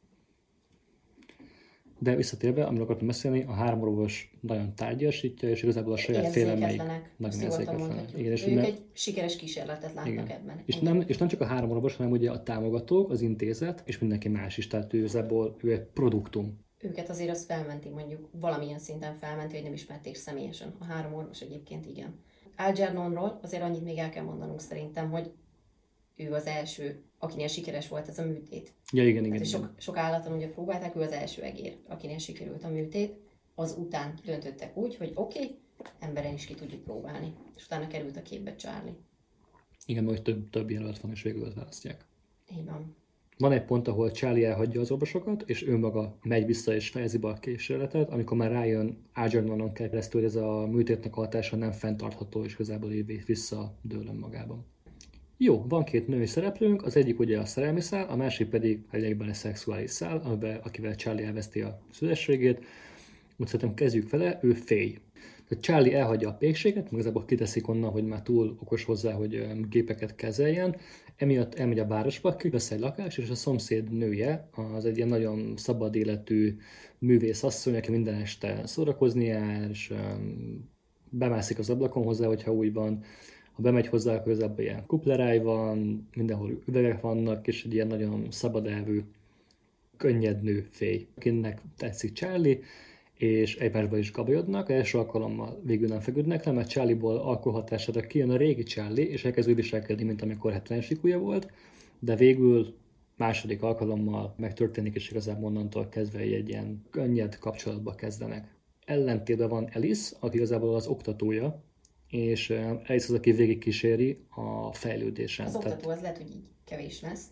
Speaker 1: De visszatérve, amiről akartam beszélni, a három orvos nagyon tárgyasítja, és igazából a saját félelmeik nagyon érzéketlenek. Igen, és
Speaker 2: ők
Speaker 1: ne...
Speaker 2: egy sikeres kísérletet látnak igen. ebben.
Speaker 1: És nem, és nem csak a három orvos, hanem ugye a támogatók, az intézet, és mindenki más is. Tehát ő igazából ő egy produktum.
Speaker 2: Őket azért az felmenti, mondjuk valamilyen szinten felmenti, hogy nem ismerték személyesen. A három orvos egyébként igen. Algernonról azért annyit még el kell mondanunk szerintem, hogy ő az első, akinél sikeres volt ez a műtét.
Speaker 1: Ja, igen, igen,
Speaker 2: hát,
Speaker 1: igen.
Speaker 2: Sok, sok állaton ugye próbálták, ő az első egér, akinél sikerült a műtét. Az után döntöttek úgy, hogy oké, okay, emberen is ki tudjuk próbálni. És utána került a képbe Charlie.
Speaker 1: Igen, hogy több, több jelölt van, és végül választják.
Speaker 2: Így van.
Speaker 1: Van egy pont, ahol Charlie elhagyja az orvosokat, és ő maga megy vissza és fejezi be a kísérletet, amikor már rájön Algernonon keresztül, hogy ez a műtétnek a hatása nem fenntartható, és igazából így visszadől önmagában. Jó, van két női szereplőnk, az egyik ugye a szerelmi szál, a másik pedig egyébben a szexuális szál, amiben, akivel Charlie elveszti a szülességét. Úgy szerintem kezdjük vele, ő fély. Tehát Charlie elhagyja a pékséget, igazából kiteszik onnan, hogy már túl okos hozzá, hogy gépeket kezeljen. Emiatt elmegy a városba, vesz egy lakást, és a szomszéd nője, az egy ilyen nagyon szabad életű művész asszony, aki minden este szórakozni jár, és bemászik az ablakon hozzá, hogyha úgy van. Ha bemegy hozzá, akkor igazából ilyen kupleráj van, mindenhol üvegek vannak, és egy ilyen nagyon szabadelvű, könnyed nő fély, akinek tetszik Charlie, és egymásba is gabajodnak, első alkalommal végül nem feküdnek le, mert Charlie-ból alkoholhatására kijön a régi Charlie, és elkezd úgy viselkedni, mint amikor hetvenes ikúja volt, de végül második alkalommal megtörténik, és igazából onnantól kezdve egy ilyen könnyed kapcsolatba kezdenek. Ellentétben van Alice, aki igazából az oktatója, és Alice az, aki végigkíséri a fejlődésen.
Speaker 2: Az oktató az lehet, hogy így kevés lesz.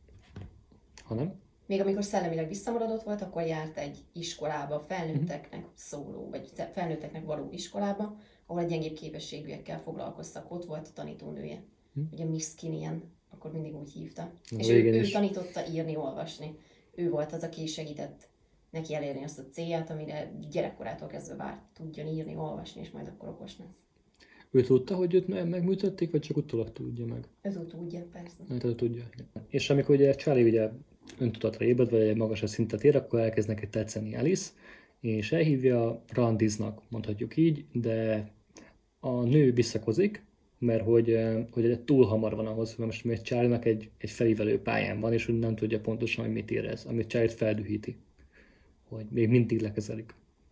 Speaker 1: Ha nem?
Speaker 2: Még amikor szellemileg visszamaradott volt, akkor járt egy iskolába, felnőtteknek szóló, vagy felnőtteknek való iskolába, ahol a gyengébb képességűekkel foglalkoztak. Ott volt a tanítónője. Hm. Ugye Miss Kinnian, akkor mindig úgy hívta. A és ő, ő tanította írni, olvasni. Ő volt az, aki segített neki elérni azt a célját, amire gyerekkorától kezdve várt, tudjon írni, olvasni, és majd akkor okos lesz.
Speaker 1: Ő tudta, hogy őt megműtötték, vagy csak utólag tudja meg?
Speaker 2: Ez úgy tudja, persze.
Speaker 1: Hát, tudja. És amikor ugye Charlie ugye öntudatra ébred, vagy egy magasabb szintet ér, akkor elkezd neki tetszeni Alice, és elhívja randiznak, mondhatjuk így, de a nő visszakozik, mert hogy, hogy túl hamar van ahhoz, hogy most még Charlie-nak egy, egy felívelő pályán van, és hogy nem tudja pontosan, hogy mit érez, amit Charlie-t feldühíti, hogy még mindig lekezelik.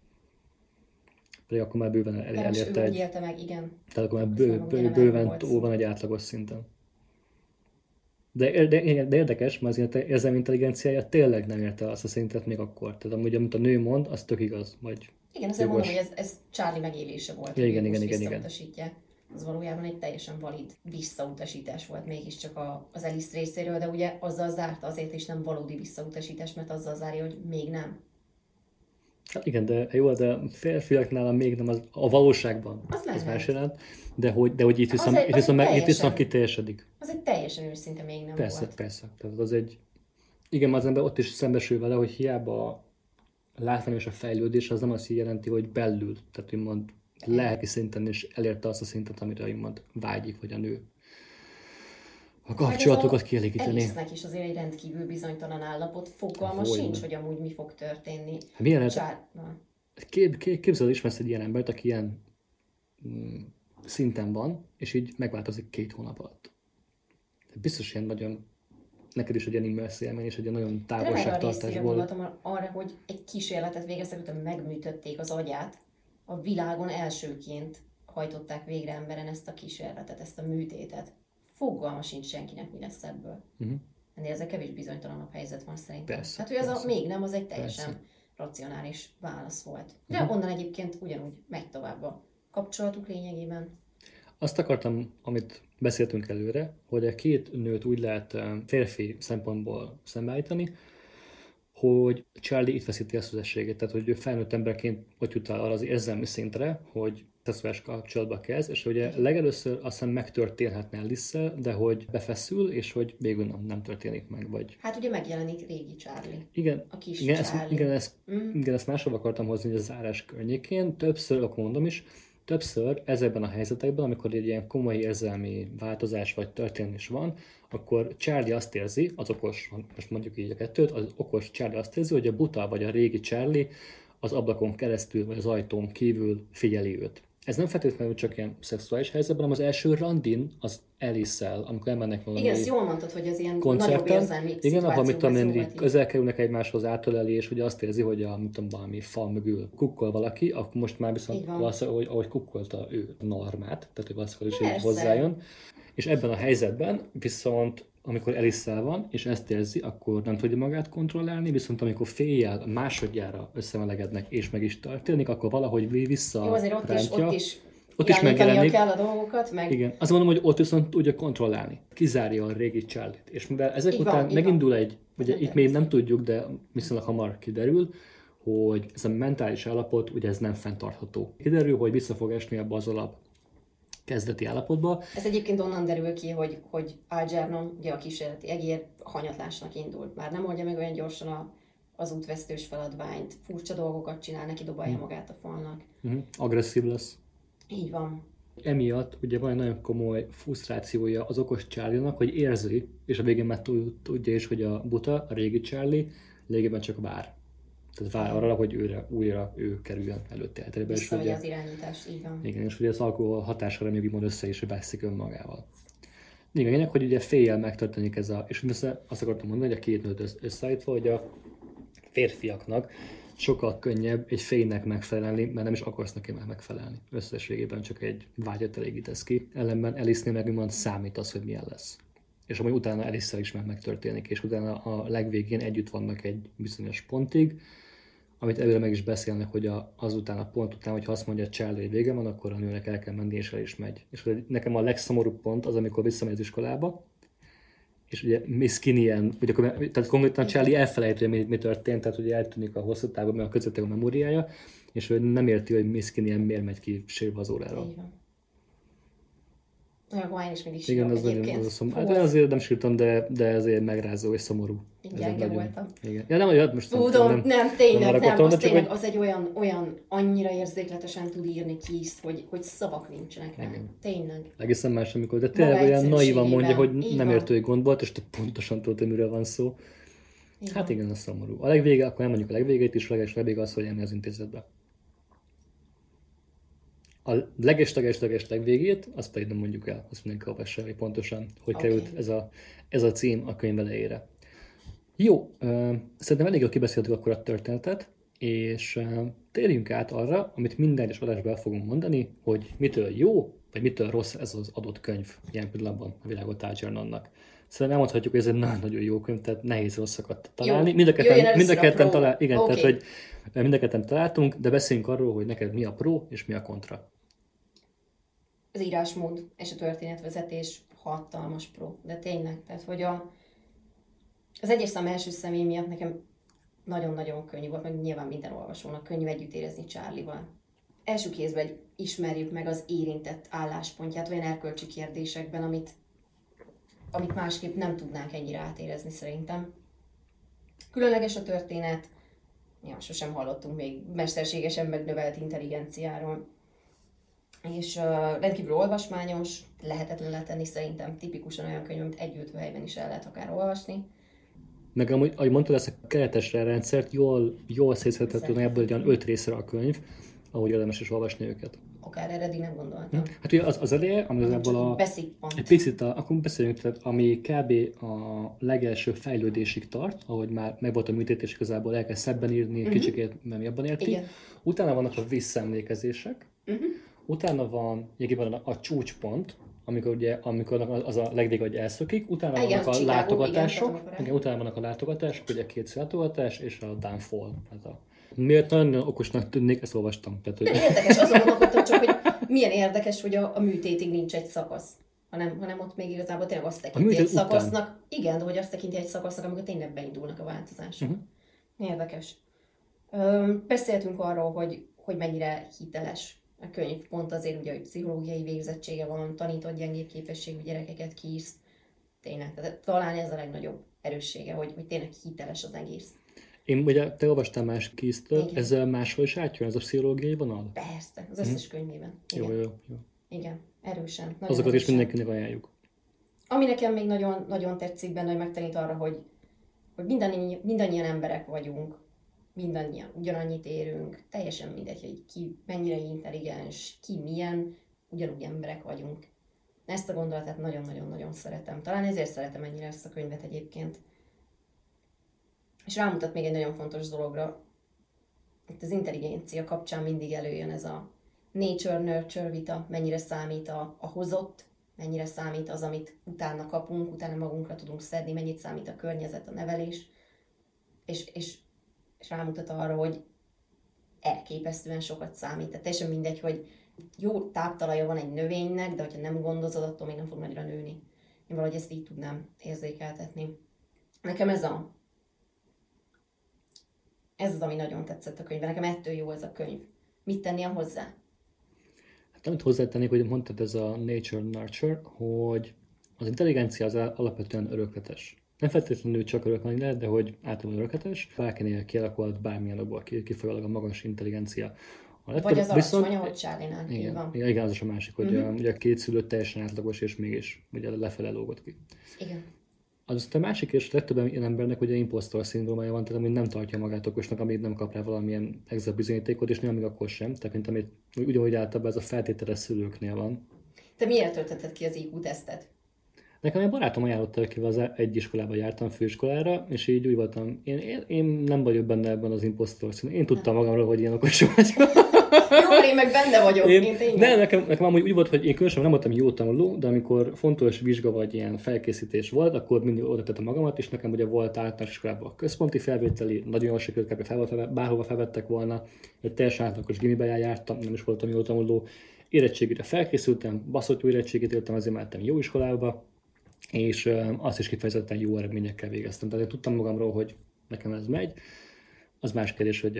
Speaker 1: Pedig akkor már bőven el, elérte
Speaker 2: egy... élte meg, igen.
Speaker 1: Tehát akkor már bő, bő, bőven túl van egy átlagos szinten. De, de, de érdekes, mert az érzelmi intelligenciája tényleg nem érte azt a szintet még akkor. Tehát amúgy, amit a nő mond, az tök igaz. Vagy
Speaker 2: igen, azért mondom, hogy ez, ez Charlie megélése volt.
Speaker 1: Ja, igen, igen, igen, igen.
Speaker 2: Az valójában egy teljesen valid visszautasítás volt mégiscsak az Alice részéről, de ugye azzal zárta, azért is nem valódi visszautasítás, mert azzal zárja, hogy még nem.
Speaker 1: Hát igen, de jó, de a férfiaknál még nem az, a valóságban
Speaker 2: Az
Speaker 1: ez más
Speaker 2: lehet.
Speaker 1: jelent, de hogy, de hogy itt
Speaker 2: Az
Speaker 1: viszont,
Speaker 2: egy-
Speaker 1: itt
Speaker 2: az
Speaker 1: viszont,
Speaker 2: egy
Speaker 1: meg- itt viszont
Speaker 2: teljesen-
Speaker 1: kiteljesedik.
Speaker 2: Az egy teljesen őszinte még nem
Speaker 1: Persze,
Speaker 2: volt.
Speaker 1: persze. Tehát az egy, igen, az ember ott is szembesül vele, hogy hiába látványos a fejlődés, az nem azt jelenti, hogy belül, tehát úgymond lelki szinten is elérte azt a szintet, amire úgymond vágyik, hogy a nő a kapcsolatokat kielégíteni.
Speaker 2: Egésznek is azért egy rendkívül bizonytalan állapot. Fogalma
Speaker 1: Hogyne.
Speaker 2: sincs, hogy amúgy mi fog történni.
Speaker 1: Hát milyen lehet,
Speaker 2: Csárban.
Speaker 1: kép, kép, képzeld, ismersz egy ilyen embert, aki ilyen mm, szinten van, és így megváltozik két hónap alatt. Biztos ilyen nagyon, neked is egy ilyen immersz élmény, és egy ilyen nagyon
Speaker 2: Remeg a részére
Speaker 1: távolságtartásból.
Speaker 2: gondoltam arra, hogy egy kísérletet végeztek, hogy megműtötték az agyát. A világon elsőként hajtották végre emberen ezt a kísérletet, ezt a műtétet. Fogalma sincs senkinek, mi lesz ebből.
Speaker 1: Uh-huh.
Speaker 2: Ennél ezzel kevés bizonytalanabb helyzet van szerintem.
Speaker 1: Persze,
Speaker 2: Hát, hogy ez a
Speaker 1: persze.
Speaker 2: még nem, az egy teljesen
Speaker 1: Persze.
Speaker 2: racionális válasz volt. De
Speaker 1: Mhm.
Speaker 2: onnan egyébként ugyanúgy megy tovább a kapcsolatuk lényegében.
Speaker 1: Azt akartam, amit beszéltünk előre, hogy a két nőt úgy lehet eh, férfi szempontból szembeállítani, hogy Charlie itt veszíti a szüzességét, tehát hogy ő felnőtt emberként ott jut el arra az érzelmi szintre, hogy szexuális kapcsolatba kezd, és ugye legelőször azt hiszem megtörténhetne Alice-szel, de hogy befeszül, és hogy végül nem, nem történik meg, vagy...
Speaker 2: Hát ugye megjelenik régi Charlie.
Speaker 1: Igen,
Speaker 2: A kis
Speaker 1: igen, ezt,
Speaker 2: Charlie.
Speaker 1: igen, ezt,
Speaker 2: Mm.
Speaker 1: igen, ezt máshova akartam hozni, hogy a zárás környékén többször, akkor mondom is, többször ezekben a helyzetekben, amikor egy ilyen komoly érzelmi változás vagy történés van, akkor Charlie azt érzi, az okos, most mondjuk így a kettőt, az okos Charlie azt érzi, hogy a buta vagy a régi Charlie az ablakon keresztül vagy az ajtón kívül figyeli őt. Ez nem feltétlenül csak ilyen szexuális helyzetben, hanem az első randin az Alice-szel, amikor elmennek valami
Speaker 2: Igen, ezt jól mondtad, hogy az ilyen nagyobb
Speaker 1: koncerten,
Speaker 2: érzelmi
Speaker 1: igen, ahol mit tudom én,
Speaker 2: szituációban
Speaker 1: így
Speaker 2: így.
Speaker 1: közel kerülnek egymáshoz, átöleli, és ugye azt érzi, hogy a, mit tudom, valami fal mögül kukkol valaki, akkor most már
Speaker 2: Így
Speaker 1: viszont
Speaker 2: van.
Speaker 1: valószínűleg, ahogy, ahogy kukkolta ő a normát, tehát hogy valószínűleg is így
Speaker 2: Persze.
Speaker 1: hozzájön. És ebben a helyzetben viszont, amikor Alice-szel van, és ezt érzi, akkor nem tudja magát kontrollálni, viszont amikor féljel másodjára összemelegednek, és meg is történik, akkor valahogy vissza
Speaker 2: Jó, azért ott is, ott is,
Speaker 1: Ott is
Speaker 2: irányítania
Speaker 1: megjelenik.
Speaker 2: kell a dolgokat, meg
Speaker 1: Igen, azt mondom, hogy ott viszont tudja kontrollálni. Kizárja a régi Charlie-t. És mivel ezek
Speaker 2: Így
Speaker 1: után
Speaker 2: van, így
Speaker 1: megindul egy, ugye
Speaker 2: nem
Speaker 1: itt még nem tudjuk, de viszonylag hamar kiderül, hogy ez a mentális állapot, ugye ez nem fenntartható. Kiderül, hogy vissza fog esni abba az alap kezdeti állapotba.
Speaker 2: Ez egyébként onnan derül ki, hogy, hogy Algernon, ugye a kísérleti egér hanyatlásnak indult. Már nem oldja meg olyan gyorsan a, az útvesztős feladványt, furcsa dolgokat csinál, neki dobálja magát a falnak.
Speaker 1: Uh-huh. Agresszív lesz.
Speaker 2: Így van.
Speaker 1: Emiatt ugye van egy nagyon komoly frusztrációja az okos Charlie-nak, hogy érzi, és a végén már tudja is, hogy a buta, a régi Charlie lényegében csak vár. Tehát vár arra, hogy őre, újra ő kerüljön előtte elterébe. És
Speaker 2: Visszavegye
Speaker 1: ugye,
Speaker 2: az irányítást, így van.
Speaker 1: igen, és ugye az alkohol hatására még úgymond össze is veszik önmagával. Igen, lényeg, hogy ugye féljel megtörténik ez a, és mindössze azt akartam mondani, hogy a két nőt összeállítva, hogy a férfiaknak sokkal könnyebb egy fénynek megfelelni, mert nem is akarsz neki már megfelelni. Összességében csak egy vágyat elégítesz ki. Ellenben Alice-nél meg úgymond számít az, hogy milyen lesz. És amúgy utána Alice-szel is meg megtörténik, és utána a legvégén együtt vannak egy bizonyos pontig, amit előre meg is beszélnek, hogy a, azután a pont után, hogyha azt mondja, hogy Charlie, hogy vége van, akkor a nőnek el kell menni, és el is megy. És nekem a legszomorúbb pont az, amikor visszamegy az iskolába, és ugye Miss Kinnian, ugye, tehát konkrétan Charlie elfelejti, hogy mi, mi történt, tehát ugye eltűnik a hosszú távon, mert a közöttek a memóriája, és ő nem érti, hogy Miss Kinnian miért megy ki sérve az óráról.
Speaker 2: Így van. Olyan van, én is mindig
Speaker 1: Igen,
Speaker 2: sírok
Speaker 1: az nagyon
Speaker 2: egyébként.
Speaker 1: az a szomorú.
Speaker 2: Hú,
Speaker 1: Hát
Speaker 2: az-
Speaker 1: azért nem sírtam, de, de ezért megrázó és szomorú.
Speaker 2: Én
Speaker 1: Ez
Speaker 2: gyenge
Speaker 1: egy nagyon-
Speaker 2: voltam.
Speaker 1: Igen. Ja, nem, hogy most
Speaker 2: Tudom, nem, nem tényleg, nem,
Speaker 1: haragudtam,
Speaker 2: az
Speaker 1: de csak
Speaker 2: tényleg,
Speaker 1: hogy-
Speaker 2: az egy olyan, olyan, annyira érzékletesen tud írni Keith, hogy, hogy szavak nincsenek rá.
Speaker 1: Igen.
Speaker 2: Tényleg.
Speaker 1: egészen más, amikor, de tényleg
Speaker 2: Maga
Speaker 1: olyan naívan mondja, hogy
Speaker 2: egyszerűségében. Így
Speaker 1: nem
Speaker 2: van.
Speaker 1: értő, hogy gond volt, és te pontosan tudod, hogy miről van szó.
Speaker 2: Így
Speaker 1: Hát
Speaker 2: van.
Speaker 1: igen, az szomorú. A legvége, akkor nem mondjuk a legvégét is, a leges legvége az, hogy elmegy az intézetbe. A leges-leges-leges legvégét, azt pedig nem mondjuk el, azt mindenki olvassa, hogy pontosan, hogy
Speaker 2: Oké.
Speaker 1: került ez a, ez a cím a könyv elejére. Jó, ö, szerintem elég jól kibeszéltük akkor a történetet, és ö, térjünk át arra, amit minden egyes adásban el fogunk mondani, hogy mitől jó, vagy mitől rossz ez az adott könyv ilyen pillanatban a világot Algernonnak. Szerintem elmondhatjuk, hogy ez egy nagyon-nagyon jó könyv, tehát nehéz rosszakat találni.
Speaker 2: Jó,
Speaker 1: Mind a
Speaker 2: jöjjön
Speaker 1: ketten, mind a
Speaker 2: először a
Speaker 1: ketten
Speaker 2: pro.
Speaker 1: talál, igen,
Speaker 2: Oké.
Speaker 1: tehát hogy mind a ketten találtunk, de beszéljünk arról, hogy neked mi a pro és mi a kontra.
Speaker 2: Az írásmód és a történetvezetés hatalmas pro, de tényleg, tehát hogy a, az egyes szám első személy miatt nekem nagyon-nagyon könnyű volt, meg nyilván minden olvasónak könnyű együtt érezni Charlie-val. Első kézben ismerjük meg az érintett álláspontját olyan erkölcsi kérdésekben, amit, amit másképp nem tudnánk ennyire átérezni szerintem. Különleges a történet, ja, sosem hallottunk még mesterségesen megnövelt intelligenciáról. És uh, rendkívül olvasmányos, lehetetlen letenni szerintem, tipikusan olyan könyv, amit egy ültőhelyben is el lehet akár olvasni.
Speaker 1: Meg amúgy, ahogy mondtad, ezt a keretes rendszert jól, jól szétszedhető, ebből egy olyan öt részre a könyv, ahogy érdemes is olvasni őket.
Speaker 2: Akár erre eddig nem gondoltam.
Speaker 1: Hm? Hát ugye az, az eleje, ami az ebből a... Egy picit, a, akkor beszéljünk, tehát ami kb. A legelső fejlődésig tart, ahogy már meg volt a műtét, és igazából elkezd szebben írni, uh-huh. kicsikét nem jobban érti. Igen. Utána vannak a visszaemlékezések, uh-huh. utána van egyébként a, a csúcspont, amikor ugye, amikor az a legvég, hogy elszökik, utána igen, vannak a Chicago, látogatások, igen, igen, utána vannak a látogatások, ugye a két látogatás, és a downfall. Ez a... Miért nagyon okosnak tűnik, ezt olvastam. Tehát, hogy...
Speaker 2: Nem érdekes, azon gondolkodtam csak, hogy milyen érdekes, hogy a, a műtétig nincs egy szakasz, hanem, hanem ott még igazából tényleg azt tekinti egy szakasznak, után. Igen, de hogy azt tekinti egy szakasznak, amikor tényleg beindulnak a változások. Uh-huh. Érdekes. Ö, beszéltünk arról, hogy, hogy mennyire hiteles a könyv, pont azért ugye, hogy pszichológiai végzettsége van, tanítod gyengébb képességű gyerekeket kiírsz. Tényleg, tehát talán ez a legnagyobb erőssége, hogy, hogy tényleg hiteles az egész.
Speaker 1: Én ugye, te olvastál más Keith-től, ezzel máshol is átjön ez a pszichológiai vonal?
Speaker 2: Persze, az összes hmm. könyvében.
Speaker 1: Igen. Jó, jó, jó.
Speaker 2: Igen, erősen.
Speaker 1: Azokat erősen. Is mindenkinek ajánljuk.
Speaker 2: Ami nekem még nagyon, nagyon tetszik benne, hogy megtanít arra, hogy, hogy mindannyian, mindannyian emberek vagyunk, mindannyian ugyanannyit érünk, teljesen mindegy, hogy ki mennyire intelligens, ki milyen, ugyanúgy emberek vagyunk. Ezt a gondolatát nagyon-nagyon-nagyon szeretem. Talán ezért szeretem ennyire ezt a könyvet egyébként. És rámutat még egy nagyon fontos dologra. Itt az intelligencia kapcsán mindig előjön ez a nature-nurture vita, mennyire számít a, a hozott, mennyire számít az, amit utána kapunk, utána magunkra tudunk szedni, mennyit számít a környezet, a nevelés. És, és, és rámutat arra, hogy elképesztően sokat számít. Tehát teljesen mindegy, hogy jó táptalaja van egy növénynek, de hogyha nem gondozod, attól még nem fog nagyra nőni. Én valahogy ezt így tudnám érzékeltetni. Nekem ez a Ez az, ami nagyon tetszett a könyvben. Nekem ettől jó ez a könyv. Mit tennie hozzá?
Speaker 1: Hát amit hozzátennék, hogy mondtad, ez a nature-nurture, hogy az intelligencia az alapvetően örökletes. Nem feltétlenül csak örökölni lehet, de hogy általában örökletes. Bárkinél kialakult bármilyen okból kifolyólag a magas intelligencia.
Speaker 2: A Vagy az viszont, alacsony, ahogy Charlie-nál.
Speaker 1: Igen, igen, igen, az is a másik, hogy uh-huh. ugye a két szülő teljesen átlagos, és mégis ugye lefele lógott ki.
Speaker 2: Igen.
Speaker 1: Aztán a másik, és legtöbb ilyen embernek ugye impostor szindrómája van, tehát amit nem tartja magát okosnak, amíg nem kap rá valamilyen extra bizonyítékot, és nem még akkor sem, tehát mint amit ugyanúgy általában ez a feltételes szülőknél van.
Speaker 2: Te miért töltötted ki az i kú-tesztet?
Speaker 1: Nekem egy barátom ajánlotta ki, az egy iskolába jártam, főiskolára, és így úgy voltam, én, én, én nem vagyok benne ebben az impostor szindrómában. Én tudtam magamról, hogy ilyen okos vagyok.
Speaker 2: Jó, én meg benne vagyok. Én, én tényleg.
Speaker 1: De nekem, nekem amúgy úgy volt, hogy én különösen nem voltam jó tanuló, de amikor fontos vizsga vagy ilyen felkészítés volt, akkor mindig oda tettem magamat, és nekem ugye volt általános iskolában a központi felvételi, nagyon jól sikerült, kb. Fel, bárhova felvettek volna, egy teljesen átlagos gimiben jártam, nem is voltam jó tanuló. Érettségére felkészültem, baszott jó érettségét éltem, azért mentem jó iskolába, és azt is kifejezetten jó eredményekkel végeztem. Tehát én tudtam magamról, hogy nekem ez megy. Az más kérdés, hogy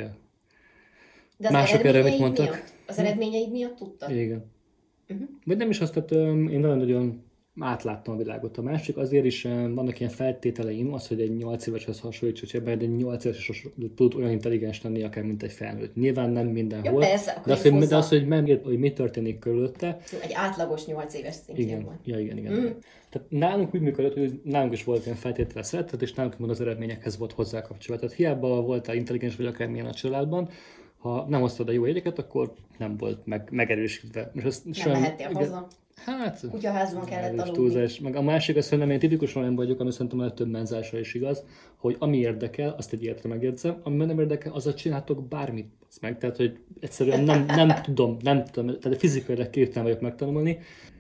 Speaker 2: de az mások erre mit mondtak. Miatt? Az eredményeid miatt tudtad?
Speaker 1: Igen. Uh-huh. Vagy nem is azt, tehát én nagyon-nagyon átláttam a világot. A másik azért is vannak ilyen feltételeim, az, hogy egy nyolc éveshez hasonlítsuk, hogy egy nyolc éves is tud olyan intelligens lenni, akár mint egy felnőtt. Nyilván nem mindenhol.
Speaker 2: Ja, persze,
Speaker 1: de az, hogy, de az, hogy, meg, hogy mi történik körülötte.
Speaker 2: Egy átlagos nyolc éves szintjén
Speaker 1: igen.
Speaker 2: van.
Speaker 1: Ja, igen, igen. Mm. Tehát nálunk úgy működött, hogy nálunk is volt ilyen feltétele szeretet, és nálunk az eredményekhez volt hozzákapcsolva. Tehát hiába voltál intelligens vagy akármilyen a családban, ha nem hoztad a jó jegyeket, akkor nem volt meg, megerősítve.
Speaker 2: Most azt nem sem, mehettél igen, haza.
Speaker 1: Hát,
Speaker 2: kutyaházban kellett aludni.
Speaker 1: Meg a másik az, hogy nem én tipikusan olyan vagyok, ami szerintem a több menzásra is igaz, hogy ami érdekel, azt egy életre megjegyzem, ami nem érdekel, azzal csináltok bármit meg. Tehát, hogy egyszerűen nem, nem tudom, nem tudom, tehát fizikailag képtelen vagyok megtanulni,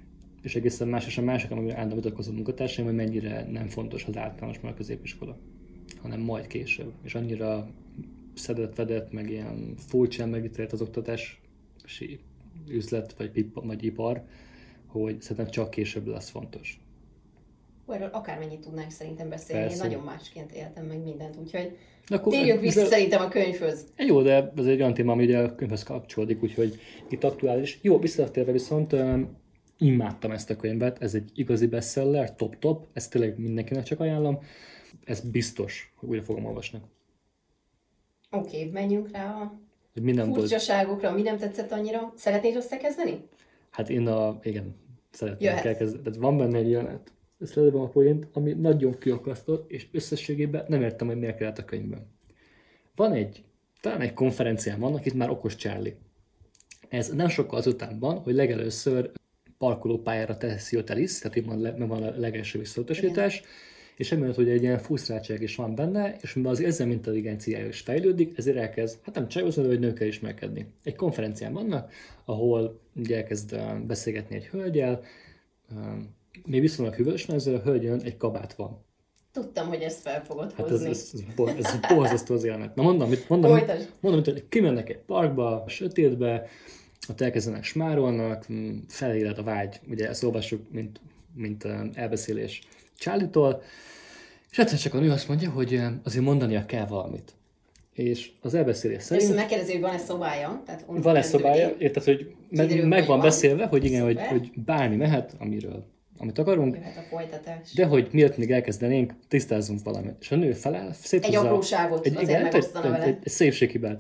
Speaker 1: és egészen más és a másik, amivel állandóan vitatkozom munkatársaim, hogy mennyire nem fontos az általános meg a középiskola, hanem majd később. És annyira szedett-vedett, meg ilyen furcsán megítélt az oktatási üzlet, vagy, vagy ipar, hogy szerintem csak később lesz fontos.
Speaker 2: Hú, erről akármennyit tudnánk szerintem beszélni,
Speaker 1: Persze.
Speaker 2: én nagyon másként éltem meg mindent, úgyhogy
Speaker 1: Akkor,
Speaker 2: térjünk vissza
Speaker 1: de,
Speaker 2: szerintem a könyvhöz.
Speaker 1: jó, de ez egy olyan téma, ami ugye a könyvhöz kapcsolódik, úgyhogy itt aktuális. Jó, visszatérve viszont um, imádtam ezt a könyvet, ez egy igazi bestseller, top-top, ezt tényleg mindenkinek csak ajánlom. Ez biztos, hogy újra fogom olvasni.
Speaker 2: Oké, okay, menjünk rá a
Speaker 1: Hogy minden volt.
Speaker 2: furcsaságokra, mi nem tetszett annyira. Szeretnéd összekezdeni?
Speaker 1: Hát én a, igen, szeretném
Speaker 2: Jöhet.
Speaker 1: elkezdeni. Tehát van benne egy jelenet, ezt lelőm a poént, ami nagyon kiakasztott, és összességében nem értem, hogy miért kellett a könyvben. Van egy, talán egy konferencián vannak, itt már okos Charlie. Ez nem sokkal azután van, hogy legelőször parkolópályára teszi őt Alice, tehát itt van, le, van a legelső visszautasítás, és emiatt, hogy egy ilyen frusztráltság is van benne, és mivel az érzelmi intelligenciája is fejlődik, ezért elkezd, hát nem csajozni, de hogy nőkkel ismerkedni. Egy konferencián vannak, ahol ugye elkezd uh, beszélgetni egy hölgyel, uh, még viszonylag hűvösen, ezzel a hölgyön egy kabát van.
Speaker 2: Tudtam, hogy ezt fel fogod
Speaker 1: Hát ez,
Speaker 2: hozni.
Speaker 1: ez, ez, bo- ez borzasztó az élmény. Na mondom, mit, mondom,
Speaker 2: Folytasd.
Speaker 1: mondom, hogy kimennek egy parkba, a sötétbe, ott elkezdenek smárolnak, mm, feléled a vágy, ugye ezt olvassuk, mint, mint um, elbeszélés Charlie-tól, és egyszer csak a nő azt mondja, hogy um, azért mondania kell valamit. És az elbeszélés
Speaker 2: Először
Speaker 1: szerint
Speaker 2: megkérdezi, hogy van-e szobája. Tehát onnan
Speaker 1: van-e
Speaker 2: kezdődik.
Speaker 1: szobája, érted, hogy meg,
Speaker 2: Kiderül,
Speaker 1: meg
Speaker 2: hogy
Speaker 1: van
Speaker 2: van.
Speaker 1: beszélve, hogy igen, hogy,
Speaker 2: Szuper.
Speaker 1: hogy bármi mehet, amiről, amit akarunk,
Speaker 2: Jöhet a folytatás.
Speaker 1: de hogy miért még elkezdenénk, tisztázzunk valamit. És a nő feláll,
Speaker 2: Egy
Speaker 1: széthúzza
Speaker 2: apróságot
Speaker 1: egy,
Speaker 2: azért
Speaker 1: igen, egy,
Speaker 2: megosztana
Speaker 1: egy,
Speaker 2: vele.
Speaker 1: egy, egy szépséghibát.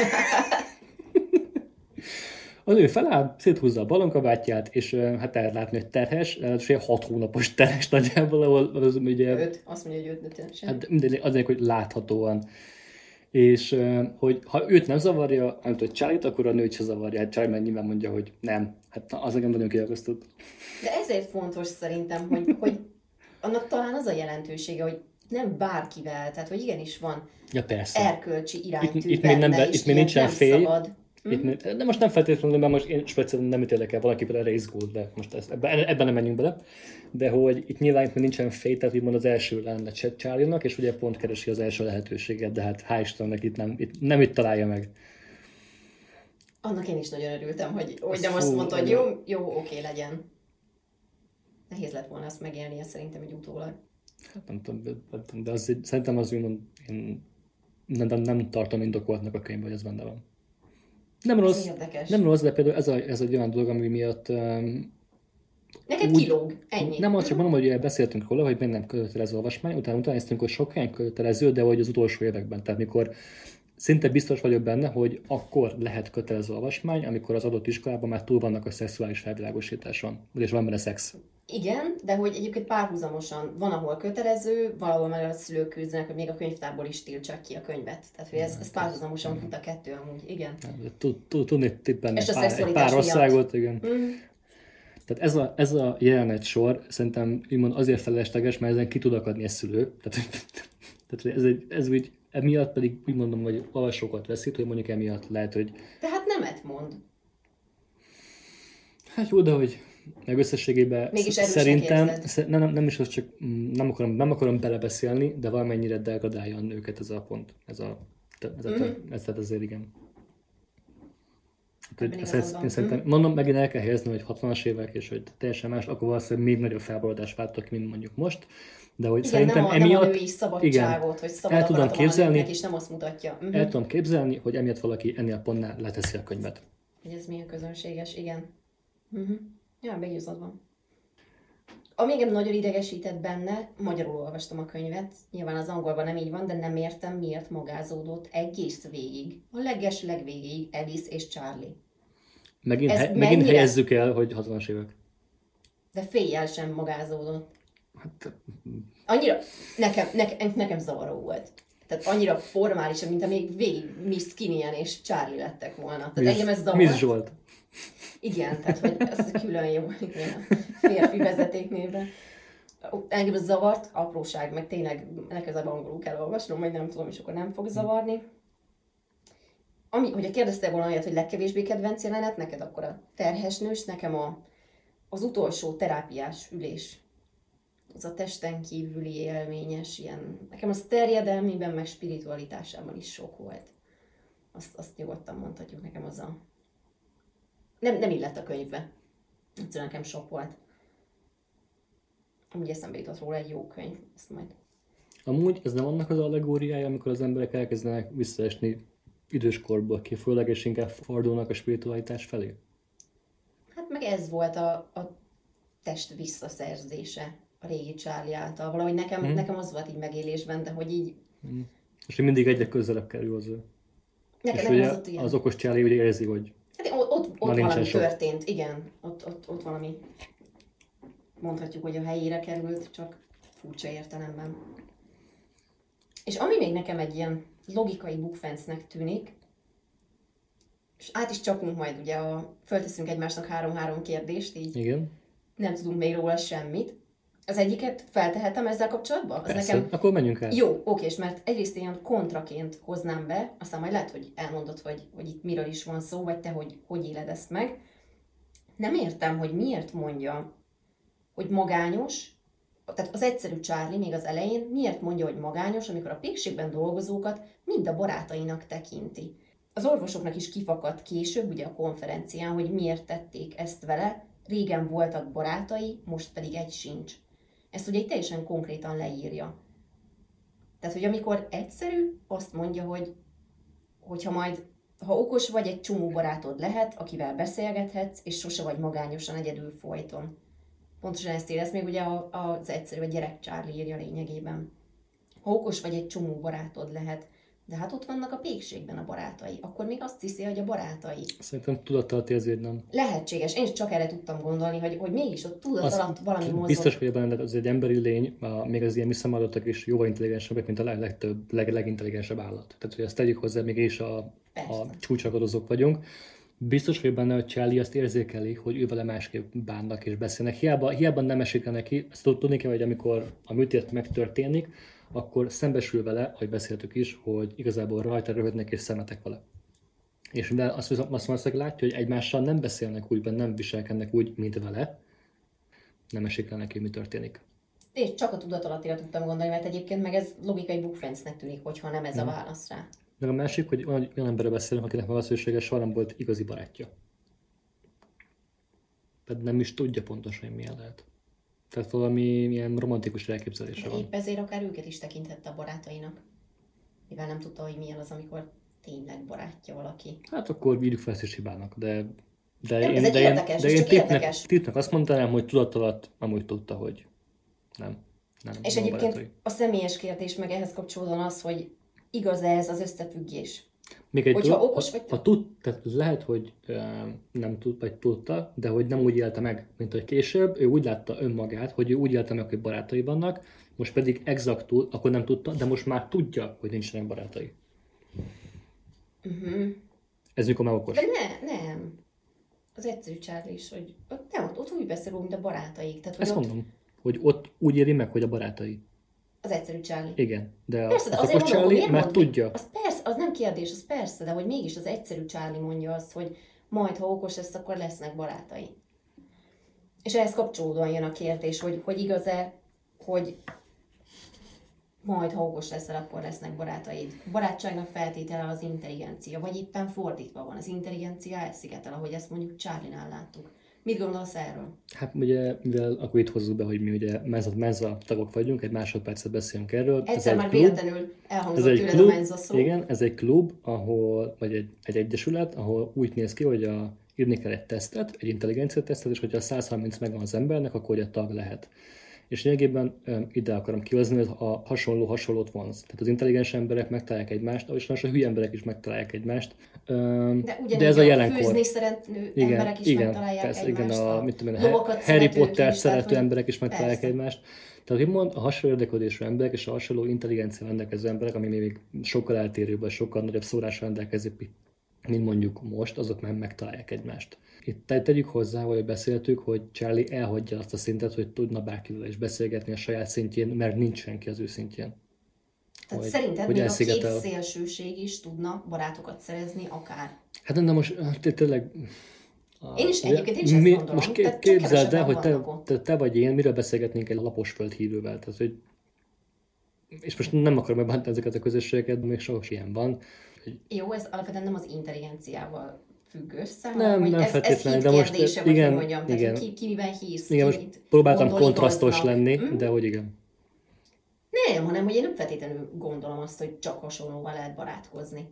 Speaker 1: A nő feláll, széthúzza a balonkabátját, és uh, hát el lehet látni, hogy terhes, és egy hat hónapos terhes nagyjából, ahol az ugye,
Speaker 2: Öt. Azt mondja, hogy öt, de tényleg.
Speaker 1: hát minden, azért, hogy láthatóan. És uh, hogy ha őt nem zavarja, amit hogy Charlie-t, akkor a nőt se zavarja. Hát Charlie meg nyilván mondja, hogy nem. Hát na, az engem nagyon kiakasztott.
Speaker 2: De ezért fontos szerintem, hogy, hogy annak talán az a jelentősége, hogy nem bárkivel, tehát hogy igenis van
Speaker 1: Ja persze.
Speaker 2: erkölcsi iránytű
Speaker 1: Itt- itt még nem
Speaker 2: benne,
Speaker 1: be-
Speaker 2: és
Speaker 1: itt még
Speaker 2: ilyet
Speaker 1: nincsen
Speaker 2: nem
Speaker 1: fély.
Speaker 2: szabad.
Speaker 1: Itt, ne- de most nem feltétlenül, mert most én speciálisan nem ítélek el, valaki például erre izgul, de most ezt, ebben, ebben nem menjünk bele. De hogy itt nyilván itt még nincsen fény, tehát úgymond az első lenne Charlie-nak, és ugye pont keresi az első lehetőséget, de hát hál' Istennek itt nem, itt, nem itt találja meg.
Speaker 2: Annak én is nagyon örültem, hogy, hogy nem
Speaker 1: Fú,
Speaker 2: azt mondta, hogy
Speaker 1: nagyon.
Speaker 2: jó, jó, oké, legyen. Nehéz lett volna azt megélnie szerintem egy utólag.
Speaker 1: Hát nem tudom, de, nem tudom, de az, egy- szerintem az úgymond, én nem, nem, nem tartom indokoltnak a könyvben, hogy ez benne van. Nem
Speaker 2: Ez
Speaker 1: rossz,
Speaker 2: érdekes.
Speaker 1: nem rossz, de például ez, a, ez egy olyan dolog, ami miatt um,
Speaker 2: Neked
Speaker 1: úgy-
Speaker 2: kilóg, ennyi.
Speaker 1: nem azt csak mondom, hogy ugye beszéltünk róla, hogy még nem kötelező olvasmány, utána utána néztünk, hogy sok helyen kötelező, de hogy az utolsó években, tehát mikor szinte biztos vagyok benne, hogy akkor lehet kötelező olvasmány, amikor az adott iskolában már túl vannak a szexuális felvilágosításon, és van benne szex.
Speaker 2: Igen, de hogy egyébként párhuzamosan van, ahol kötelező, valahol már a szülők küzdenek, hogy még a könyvtárból is tiltsák ki a könyvet. Tehát, hogy ez, ez párhuzamosan fut a kettő amúgy, igen.
Speaker 1: Tud- tud- Tudni tippelni
Speaker 2: És
Speaker 1: egy
Speaker 2: a
Speaker 1: pár, egy
Speaker 2: szexualitás
Speaker 1: pár
Speaker 2: miatt.
Speaker 1: országot, igen.
Speaker 2: Mm.
Speaker 1: Tehát ez a, ez a jelenet sor szerintem úgymond azért felesleges, mert ezen ki tud akadni egy szülő. Tehát, tehát ez, egy, ez úgy, emiatt pedig úgy mondom, hogy olvasókat veszít, hogy mondjuk emiatt lehet, hogy
Speaker 2: Tehát nemet mond.
Speaker 1: hát jó, de hogy meg összességében
Speaker 2: Mégis
Speaker 1: sz-
Speaker 2: erősnek
Speaker 1: szerintem,
Speaker 2: érzed.
Speaker 1: sze- nem, nem, nem is az csak, mm, nem akarom, nem akarom belebeszélni, de valamennyire degradálja a nőket ez a pont. Ez a, ez a,
Speaker 2: Mhm.
Speaker 1: ez, tehát azért igen. Hát,
Speaker 2: Ebben
Speaker 1: hogy
Speaker 2: igazad
Speaker 1: ezt,
Speaker 2: van.
Speaker 1: én szerintem, mondom, megint el kell helyezni, hogy hatvanas évek, és hogy teljesen más, akkor valószínűleg még nagyobb felborodást váltak, mint mondjuk most. De hogy
Speaker 2: Igen,
Speaker 1: szerintem
Speaker 2: nem a, nem a
Speaker 1: emiatt
Speaker 2: női szabadságot, hogy szabad
Speaker 1: el tudom
Speaker 2: akarata van a
Speaker 1: képzelni,
Speaker 2: nőknek, és nem azt mutatja. Mhm.
Speaker 1: el tudom képzelni, hogy emiatt valaki ennél a pontnál leteszi a könyvet.
Speaker 2: Hogy ez milyen közönséges, igen. Uh-huh. Ja, meggyőzod van. Ami engem nagyon idegesített benne, magyarul olvastam a könyvet, nyilván az angolban nem így van, de nem értem, miért magázódott egész végig, a leges legvégéig Alice és Charlie.
Speaker 1: Megint,
Speaker 2: Ez
Speaker 1: he, megint
Speaker 2: mennyire-
Speaker 1: helyezzük el, hogy hatvanas évek.
Speaker 2: De féljel sem magázódott.
Speaker 1: Hát,
Speaker 2: Annyira, nekem, nekem, nekem zavaró volt. Tehát annyira formális, mint amíg végig Miss Skinny-en és Charlie lettek volna. Tehát
Speaker 1: Miss-
Speaker 2: engem ez zavart.
Speaker 1: Miss Zsolt.
Speaker 2: Igen, tehát hogy ez külön jó, igen, a férfi vezetéknévben. Engem ez zavart, apróság, meg tényleg legközelebb angolul kell olvasnom, vagy nem tudom, és akkor nem fog zavarni. Ami, hogyha kérdeztél volna olyat, hogy legkevésbé kedvenc jelenet, neked akkor a terhes nős, nekem a, az utolsó terápiás ülés. Az a testen kívüli élményes, ilyen, nekem az terjedelmében, meg spiritualitásában is sok volt. Azt, azt nyugodtan mondhatjuk, nekem az a... Nem, nem illett a könyvbe. Egyszerűen nekem sok volt. Amúgy eszembe jutott róla egy jó könyv, ezt majd.
Speaker 1: Amúgy ez nem annak az allegóriája, amikor az emberek elkezdenek visszaesni időskorból kifolyólag, és inkább fordulnak a spiritualitás felé?
Speaker 2: Hát meg ez volt a, a test visszaszerzése a régi Charlie által. Valahogy nekem, hmm. nekem az volt így megélésben, de hogy így...
Speaker 1: Hmm. És hogy mindig egyre közelebb kerül hozzá.
Speaker 2: Nekem,
Speaker 1: és
Speaker 2: nekem
Speaker 1: ugye
Speaker 2: az, ott ilyen...
Speaker 1: az okos Charlie ugye érzi, hogy
Speaker 2: Hát ott, ott, ott
Speaker 1: nincsen
Speaker 2: valami
Speaker 1: sok.
Speaker 2: történt, igen. Ott, ott, ott valami, mondhatjuk, hogy a helyére került, csak furcsa értelemben. És ami még nekem egy ilyen logikai bukfencnek tűnik, és át is csapunk majd, ugye, a, fölteszünk egymásnak három-három kérdést, így
Speaker 1: igen.
Speaker 2: nem tudunk még róla semmit. Az egyiket feltehetem ezzel kapcsolatban? Az
Speaker 1: Persze,
Speaker 2: nekem...
Speaker 1: akkor menjünk el.
Speaker 2: Jó, okés, mert egyrészt ilyen kontraként hoznám be, aztán majd lehet, hogy elmondod, hogy, hogy itt miről is van szó, vagy te hogy, hogy éled ezt meg. Nem értem, hogy miért mondja, hogy magányos, tehát az egyszerű Charlie még az elején miért mondja, hogy magányos, amikor a pékségben dolgozókat mind a barátainak tekinti. Az orvosoknak is kifakadt később, ugye a konferencián, hogy miért tették ezt vele, régen voltak barátai, most pedig egy sincs. Ezt ugye egy teljesen konkrétan leírja. Tehát, hogy amikor egyszerű, azt mondja, hogy hogyha majd, ha okos vagy, egy csomó barátod lehet, akivel beszélgethetsz, és sose vagy magányosan egyedül folyton. Pontosan ezt érez még ugye az egyszerű, a gyerek Charlie írja lényegében. Ha okos vagy, egy csomó barátod lehet, de hát ott vannak a pékségben a barátai, akkor még azt hiszi, hogy a barátai.
Speaker 1: Szerintem tudattalat érzi, hogy nem.
Speaker 2: Lehetséges, én csak erre tudtam gondolni, hogy, hogy mégis ott tudat alatt valami mozog.
Speaker 1: Biztos, hogy benne az egy emberi lény, a, még az ilyen visszamadottak is jóval intelligensebbek, mint a leg, legtöbb, leg, legintelligensebb állat. Tehát, hogy ezt tegyük hozzá, még is a, a csúcsakadozók vagyunk. Biztos, hogy benne a Charlie azt érzékeli, hogy ő vele másképp bánnak és beszélnek. Hiába, hiába nem esik le neki, ezt tudni kell, hogy amikor a műtét megtörténik, akkor szembesül vele, ahogy beszéltük is, hogy igazából rajta röhögnek és szemetek vele. És mivel azt, azt valószínűleg látja, hogy egymással nem beszélnek úgy, nem viselkednek úgy, mint vele, nem esik le neki, mi történik.
Speaker 2: És csak a tudatalatira tudtam gondolni, mert egyébként meg ez logikai bukfencnek tűnik, hogyha nem ez nem. a válasz rá.
Speaker 1: Meg a másik, hogy olyan, olyan emberre beszélünk, akinek valószínűséggel soha nem volt igazi barátja. Tehát nem is tudja pontosan, hogy milyen lehet. Tehát valami ilyen romantikus elképzelése van.
Speaker 2: Épp ezért akár őket is tekinthette a barátainak. Mivel nem tudta, hogy milyen az, amikor tényleg barátja valaki.
Speaker 1: Hát akkor írjuk fel ezt is hibának, de... De
Speaker 2: nem,
Speaker 1: én,
Speaker 2: ez egy
Speaker 1: de
Speaker 2: érdekes,
Speaker 1: én, de én
Speaker 2: tipnek,
Speaker 1: tipnek azt mondanám, hogy tudatalat amúgy tudta, hogy nem. nem
Speaker 2: És
Speaker 1: nem
Speaker 2: egyébként
Speaker 1: barátai.
Speaker 2: A személyes kérdés meg ehhez kapcsolódóan az, hogy igaz ez az összefüggés.
Speaker 1: Még egy
Speaker 2: Hogyha
Speaker 1: dolog,
Speaker 2: okos vagy...
Speaker 1: Ha, ha tud, tehát lehet, hogy uh, nem tud, vagy tudta, de hogy nem úgy élte meg, mint hogy később. Ő úgy látta önmagát, hogy ő úgy élte meg, hogy barátai vannak, most pedig exaktul, akkor nem tudta, de most már tudja, hogy nincsenek barátai.
Speaker 2: Uh-huh.
Speaker 1: Ez mikor már okos.
Speaker 2: De ne, nem. Az egyszerű Charlie is, hogy ott, nem, ott, ott úgy beszél róla, mint a barátaik. Tehát, hogy
Speaker 1: Ezt
Speaker 2: ott...
Speaker 1: mondom, hogy ott úgy éri meg, hogy a barátai.
Speaker 2: Az egyszerű Charlie.
Speaker 1: Igen, de
Speaker 2: Persze, de
Speaker 1: az
Speaker 2: azért
Speaker 1: okos
Speaker 2: mondom,
Speaker 1: Charlie már
Speaker 2: mond,
Speaker 1: tudja.
Speaker 2: Az persze, az nem kérdés, az persze, de hogy mégis az egyszerű Charlie mondja azt, hogy majd, ha okos lesz, akkor lesznek barátai. És ehhez kapcsolódóan jön a kérdés, hogy, hogy igaz-e, hogy majd, ha okos leszel, akkor lesznek barátaid. A barátságnak feltétele az intelligencia, vagy éppen fordítva van, az intelligencia elszigetel, ahogy ezt mondjuk Charlie-nál láttuk. Mit gondolsz erről?
Speaker 1: Hát ugye, mivel akkor itt hozzuk be, hogy mi ugye menza, menza tagok vagyunk, egy másodpercet beszélünk erről.
Speaker 2: Egyszer
Speaker 1: ez
Speaker 2: már
Speaker 1: klub,
Speaker 2: véletlenül elhangzott
Speaker 1: ez egy
Speaker 2: tőled
Speaker 1: klub,
Speaker 2: a menza szó.
Speaker 1: Igen, ez egy klub, ahol, vagy egy, egy egyesület, ahol úgy néz ki, hogy a, írni kell egy tesztet, egy intelligencia tesztet, és hogyha száz harminc megvan az embernek, akkor egy tag lehet. És lényegében ide akarom kihozni, hogy a hasonló hasonlót vonz. Tehát az intelligens emberek megtalálják egymást, és a hülye emberek is megtalálják egymást.
Speaker 2: De,
Speaker 1: de ez a jelenkor.
Speaker 2: Főzni szerető
Speaker 1: igen,
Speaker 2: emberek is
Speaker 1: igen,
Speaker 2: megtalálják
Speaker 1: persze,
Speaker 2: egymást.
Speaker 1: Igen, a, mit tudom én,
Speaker 2: a
Speaker 1: Harry Potter
Speaker 2: is,
Speaker 1: szerető
Speaker 2: tehát,
Speaker 1: emberek is megtalálják
Speaker 2: persze.
Speaker 1: egymást. Tehát, hogy mond, a hasonló érdeklődésű emberek és a hasonló intelligencia rendelkező emberek, ami még sokkal eltérőbb, vagy sokkal nagyobb szórásra rendelkezik, mint mondjuk most, azok már megtalálják egymást. Itt tegyük hozzá, hogy beszéltük, hogy Charlie elhagyja azt a szintet, hogy tudna bárkivel is beszélgetni a saját szintjén, mert nincs senki az ő szintjén.
Speaker 2: Tehát
Speaker 1: hogy,
Speaker 2: szerinted
Speaker 1: hogy
Speaker 2: még a két
Speaker 1: elszigetel.
Speaker 2: szélsőség is tudna barátokat szerezni akár?
Speaker 1: Hát de most tényleg...
Speaker 2: Én is egyébként én is ezt
Speaker 1: mi,
Speaker 2: gondolom.
Speaker 1: Most ké, képzeld el, hogy te, te, te vagy én, miről beszélgetnénk egy lapos földhívővel. Tehát, hogy, és most nem akarom megbántani ezeket a közösségeket, de még sok ilyen van.
Speaker 2: Jó, ez alapvetően nem az intelligenciával függ össze,
Speaker 1: Nem,
Speaker 2: hogy
Speaker 1: nem
Speaker 2: ez, ez
Speaker 1: feltétlenül,
Speaker 2: hit
Speaker 1: de most
Speaker 2: kérdése, vagy
Speaker 1: igen,
Speaker 2: hogy mondjam, tehát
Speaker 1: igen.
Speaker 2: hogy ki, ki miben hisz,
Speaker 1: Igen,
Speaker 2: ki
Speaker 1: most
Speaker 2: mit
Speaker 1: próbáltam
Speaker 2: gondol
Speaker 1: kontrasztos
Speaker 2: igaznak.
Speaker 1: lenni,
Speaker 2: Hm?
Speaker 1: de hogy igen.
Speaker 2: Nem, hanem hogy én nem feltétlenül gondolom azt, hogy csak hasonlóval lehet barátkozni.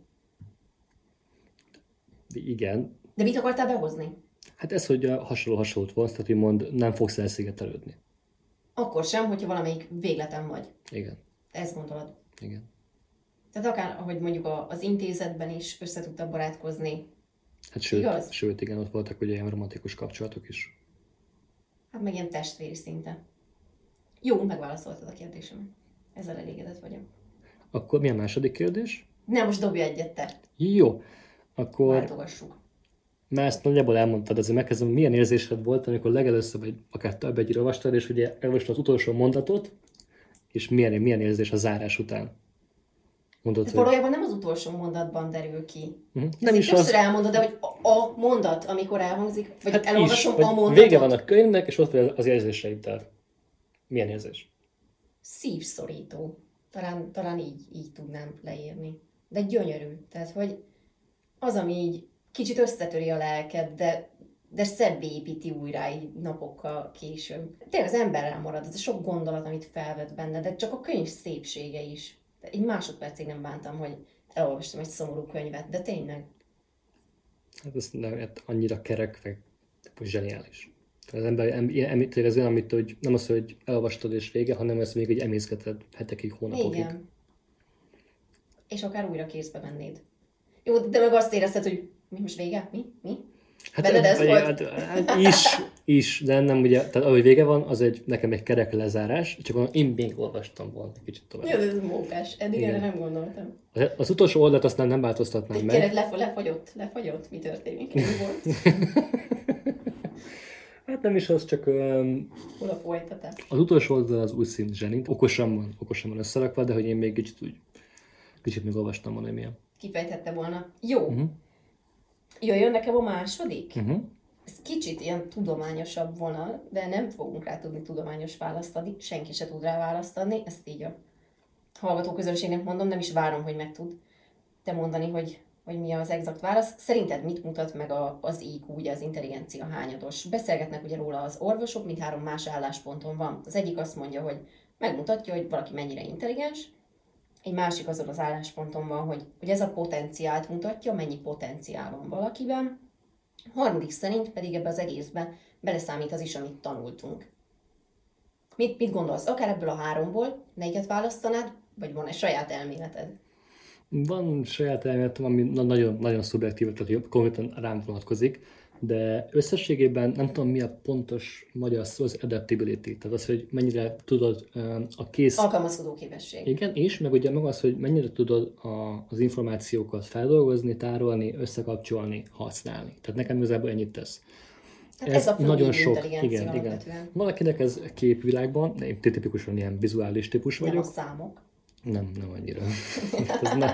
Speaker 1: De igen.
Speaker 2: De mit akartál behozni?
Speaker 1: Hát ez, hogy a hasonló hasonlót vonsz, tehát úgymond nem fogsz elszigetelődni.
Speaker 2: Akkor sem, hogyha valamelyik végleten vagy.
Speaker 1: Igen,
Speaker 2: Ezt gondolod.
Speaker 1: igen.
Speaker 2: Tehát akár, ahogy mondjuk a- az intézetben is össze tudtak barátkozni.
Speaker 1: Hát sőt,
Speaker 2: Igaz?
Speaker 1: sőt, igen, ott voltak ugye ilyen romantikus kapcsolatok is.
Speaker 2: Hát meg ilyen testvéri szinten. Jó, megválaszoltad a kérdésemet. Ezzel elégedett vagyok.
Speaker 1: Akkor mi a második kérdés?
Speaker 2: Nem, most dobja egyet te.
Speaker 1: Jó, akkor
Speaker 2: Váltogassuk.
Speaker 1: már ezt nagyjából elmondtad, azért megkezdem, milyen érzésed volt, amikor legelőször, vagy akár több egyre olvastad, és ugye elolvastad az utolsó mondatot, és milyen, milyen érzés a zárás után? Mondod,
Speaker 2: Ez
Speaker 1: hogy...
Speaker 2: valójában nem az utolsó mondatban derül ki.
Speaker 1: Uh-huh.
Speaker 2: Nem is többször az... elmondod, de hogy a, a mondat, amikor elhangzik, vagy hát elolvasom
Speaker 1: is,
Speaker 2: a mondatot.
Speaker 1: Vége van a könyvnek, és ott vagy az érzéseiddel. Milyen érzés?
Speaker 2: Szívszorító. Talán, talán így, így tudnám leírni. De gyönyörű. Tehát, hogy az, ami így kicsit összetöri a lelked, de, de szebbé építi újra így napokkal később. Tényleg az emberrel marad, az a sok gondolat, amit felvet benne, de csak a könyv szépsége is. Egy másodpercig nem bántam, hogy elolvastam egy szomorú könyvet, de tényleg.
Speaker 1: Hát ez nem, hát annyira kerek, meg zseniális. Az ember, em, em, ez olyan, amit hogy nem az, hogy elolvastad és vége, hanem ezt még egy emészgeted hetekig, hónapokig. Igen.
Speaker 2: És akár újra kézbe vennéd. Jó, de meg azt érezted, hogy mi most vége? Mi? Mi?
Speaker 1: Hát,
Speaker 2: Benned ez
Speaker 1: hát,
Speaker 2: volt?
Speaker 1: hát, hát is, is, de nem ugye, tehát ahogy vége van, az egy, nekem egy kerek lezárás, csak olyan, én még olvastam volna kicsit tovább.
Speaker 2: Jó, ez mókás. Eddig erre nem gondoltam.
Speaker 1: Az, az utolsó oldalt azt nem, nem változtatnám
Speaker 2: egy
Speaker 1: meg.
Speaker 2: Egy kerek lefagyott, lefagyott, mi történik? Mi volt?
Speaker 1: Hát nem is az, csak um,
Speaker 2: hol a folytatás?
Speaker 1: Az utolsó oldal az úgy szint zseni. Okosan van, okosan van összerakva, de hogy én még kicsit úgy, kicsit még olvastam volna, milyen.
Speaker 2: Kifejtette volna. Jó.
Speaker 1: Uh-huh.
Speaker 2: Jöjjön nekem a második?
Speaker 1: Uh-huh.
Speaker 2: Ez kicsit ilyen tudományosabb vonal, de nem fogunk rá tudni tudományos választ adni, senki se tud rá választ adni, ezt így a hallgató közönségnek mondom, nem is várom, hogy meg tud te mondani, hogy, hogy mi az exakt válasz. Szerinted mit mutat meg a, az í kú, ugye az intelligencia hányados? Beszélgetnek ugye róla az orvosok, mindhárom más állásponton van. Az egyik azt mondja, hogy megmutatja, hogy valaki mennyire intelligens, egy másik azon az állásponton van, hogy, hogy ez a potenciált mutatja, mennyi potenciál van valakiben. A harmadik szerint pedig ebbe az egészbe beleszámít az is, amit tanultunk. Mit, mit gondolsz? Akár ebből a háromból, melyiket választanád, vagy van egy saját elméleted?
Speaker 1: Van saját elméletem, ami nagyon, nagyon szubjektív, tehát konkrétan rám vonatkozik, de összességében nem tudom, mi a pontos magyar szó, az adaptability, tehát az, hogy mennyire tudod a kész...
Speaker 2: Alkalmazkodó képesség.
Speaker 1: Igen, és meg ugye meg az, hogy mennyire tudod a, az információkat feldolgozni, tárolni, összekapcsolni, használni. Tehát nekem igazából ennyit tesz.
Speaker 2: Hát ez, ez a
Speaker 1: nagyon sok,
Speaker 2: igen,
Speaker 1: igen. Valakinek ez képvilágban, de én tipikusan ilyen vizuális típus vagyok.
Speaker 2: Nem a számok.
Speaker 1: Nem, nem annyira. nem.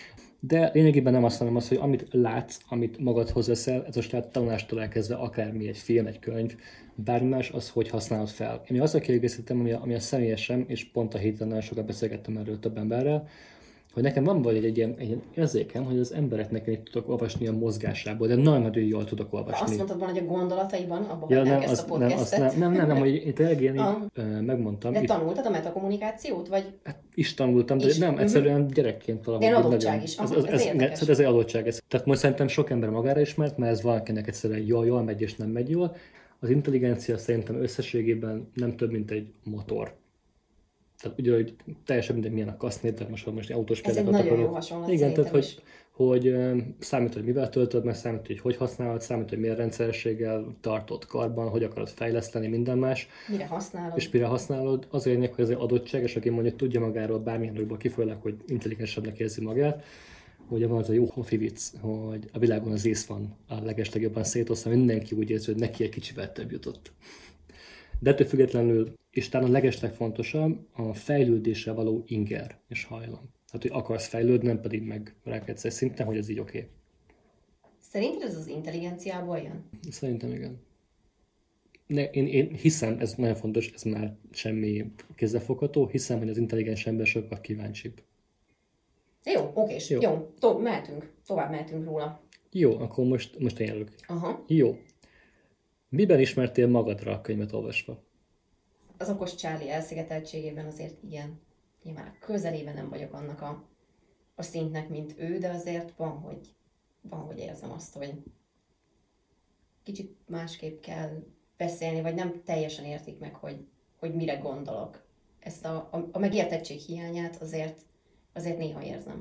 Speaker 1: De lényegében nem azt, hanem az, hogy amit látsz, amit magadhoz veszel, ez most tehát tanulástól elkezdve akármi, egy film, egy könyv, bármi más, az hogy használod fel. Én azt a kiegészítem, ami a, ami a személyesem, és pont a héten nagyon sokat beszélgettem erről több emberrel, hogy nekem van vagy egy, egy, ilyen, egy ilyen érzékem, hogy az embereknek én tudok olvasni a mozgásából, de nagyon-nagyon jól tudok olvasni.
Speaker 2: Azt mondtad volna, hogy a gondolataiban abban
Speaker 1: ja,
Speaker 2: hagyják
Speaker 1: nem,
Speaker 2: ezt
Speaker 1: az,
Speaker 2: a podcastet.
Speaker 1: Nem, nem, nem, nem, hogy én tényleg én így megmondtam.
Speaker 2: De
Speaker 1: itt,
Speaker 2: tanultad a metakommunikációt, vagy?
Speaker 1: Hát is tanultam, de
Speaker 2: is?
Speaker 1: nem, egyszerűen uh-huh. gyerekként valahogy.
Speaker 2: De adottság
Speaker 1: nagyon,
Speaker 2: is.
Speaker 1: Ez,
Speaker 2: Aha,
Speaker 1: ez, ez,
Speaker 2: ez,
Speaker 1: ez, ez egy adottság. Ez. Tehát most szerintem sok ember magára ismert, mert ez valakinek egyszerűen jól, jól megy és nem megy jól. Az intelligencia szerintem összességében nem több, mint egy motor. Tehát ugye, hogy teljesen mindegy, milyen a kasznéd, tehát most, most autós példákat
Speaker 2: akarok. Ez egy nagyon
Speaker 1: akarok.
Speaker 2: jó hasonlat.
Speaker 1: Igen, tehát
Speaker 2: is.
Speaker 1: hogy, hogy számít, hogy mivel töltöd, meg számít, hogy hogy használod, számít, hogy milyen rendszerességgel tartod karban, hogy akarod fejleszteni, minden más.
Speaker 2: Mire használod.
Speaker 1: És mire használod, az a lényeg, hogy ez egy adottság, és aki mondja, tudja magáról bármilyen dologból kifolyólag, hogy intelligensebbnek érzi magát, hogy van az a jó hofi vicc, hogy a világon az ész van a legeslegjobban szétosztva, mindenki úgy érzi, hogy neki egy kicsivel több jutott. De ettől függetlenül, és talán a legeslegfontosabb, a fejlődésre való inger és hajlam. Tehát, hogy akarsz fejlődni, nem pedig megrekedsz egy szinten, hogy ez így oké. Okay.
Speaker 2: Szerinted ez az intelligenciából jön?
Speaker 1: Szerintem igen. Ne, én, én hiszem, ez nagyon fontos, ez már semmi kézzelfogható, hiszem, hogy az intelligens ember sokkal kíváncsibb.
Speaker 2: Jó, oké, jó. jó. To- mehetünk, tovább mehetünk róla.
Speaker 1: Jó, akkor most, most én jelölök.
Speaker 2: Aha.
Speaker 1: Jó. Miben ismertél magadra a könyvet olvasva?
Speaker 2: Az okos Charlie elszigeteltségében azért igen. Nyilván a közelében nem vagyok annak a, a szintnek, mint ő, de azért van, hogy, van, hogy érzem azt, hogy kicsit másképp kell beszélni, vagy nem teljesen értik meg, hogy, hogy mire gondolok. Ezt a, a, a megértettség hiányát azért, azért néha érzem.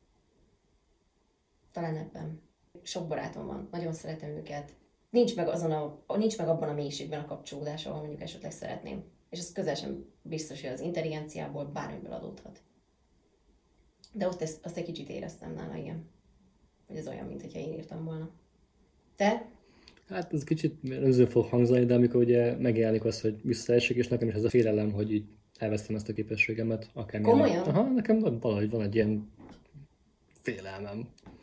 Speaker 2: Talán ebben. Sok barátom van, nagyon szeretem őket. Nincs meg, azon a, nincs meg abban a mélységben a kapcsolódás, ahol mondjuk esetleg szeretném. És ez közel sem biztos, hogy az intelligenciából bármiből adódhat. De ott ezt, azt egy kicsit éreztem nála, igen. Hogy ez olyan, mintha én írtam volna. Te?
Speaker 1: Hát ez kicsit önző fog hangzani, de amikor ugye megjelenik az, hogy visszaesik, és nekem is ez a félelem, hogy így elvesztem ezt a képességemet. Akármilyen.
Speaker 2: Komolyan?
Speaker 1: Aha, nekem van, valahogy van egy ilyen félelmem.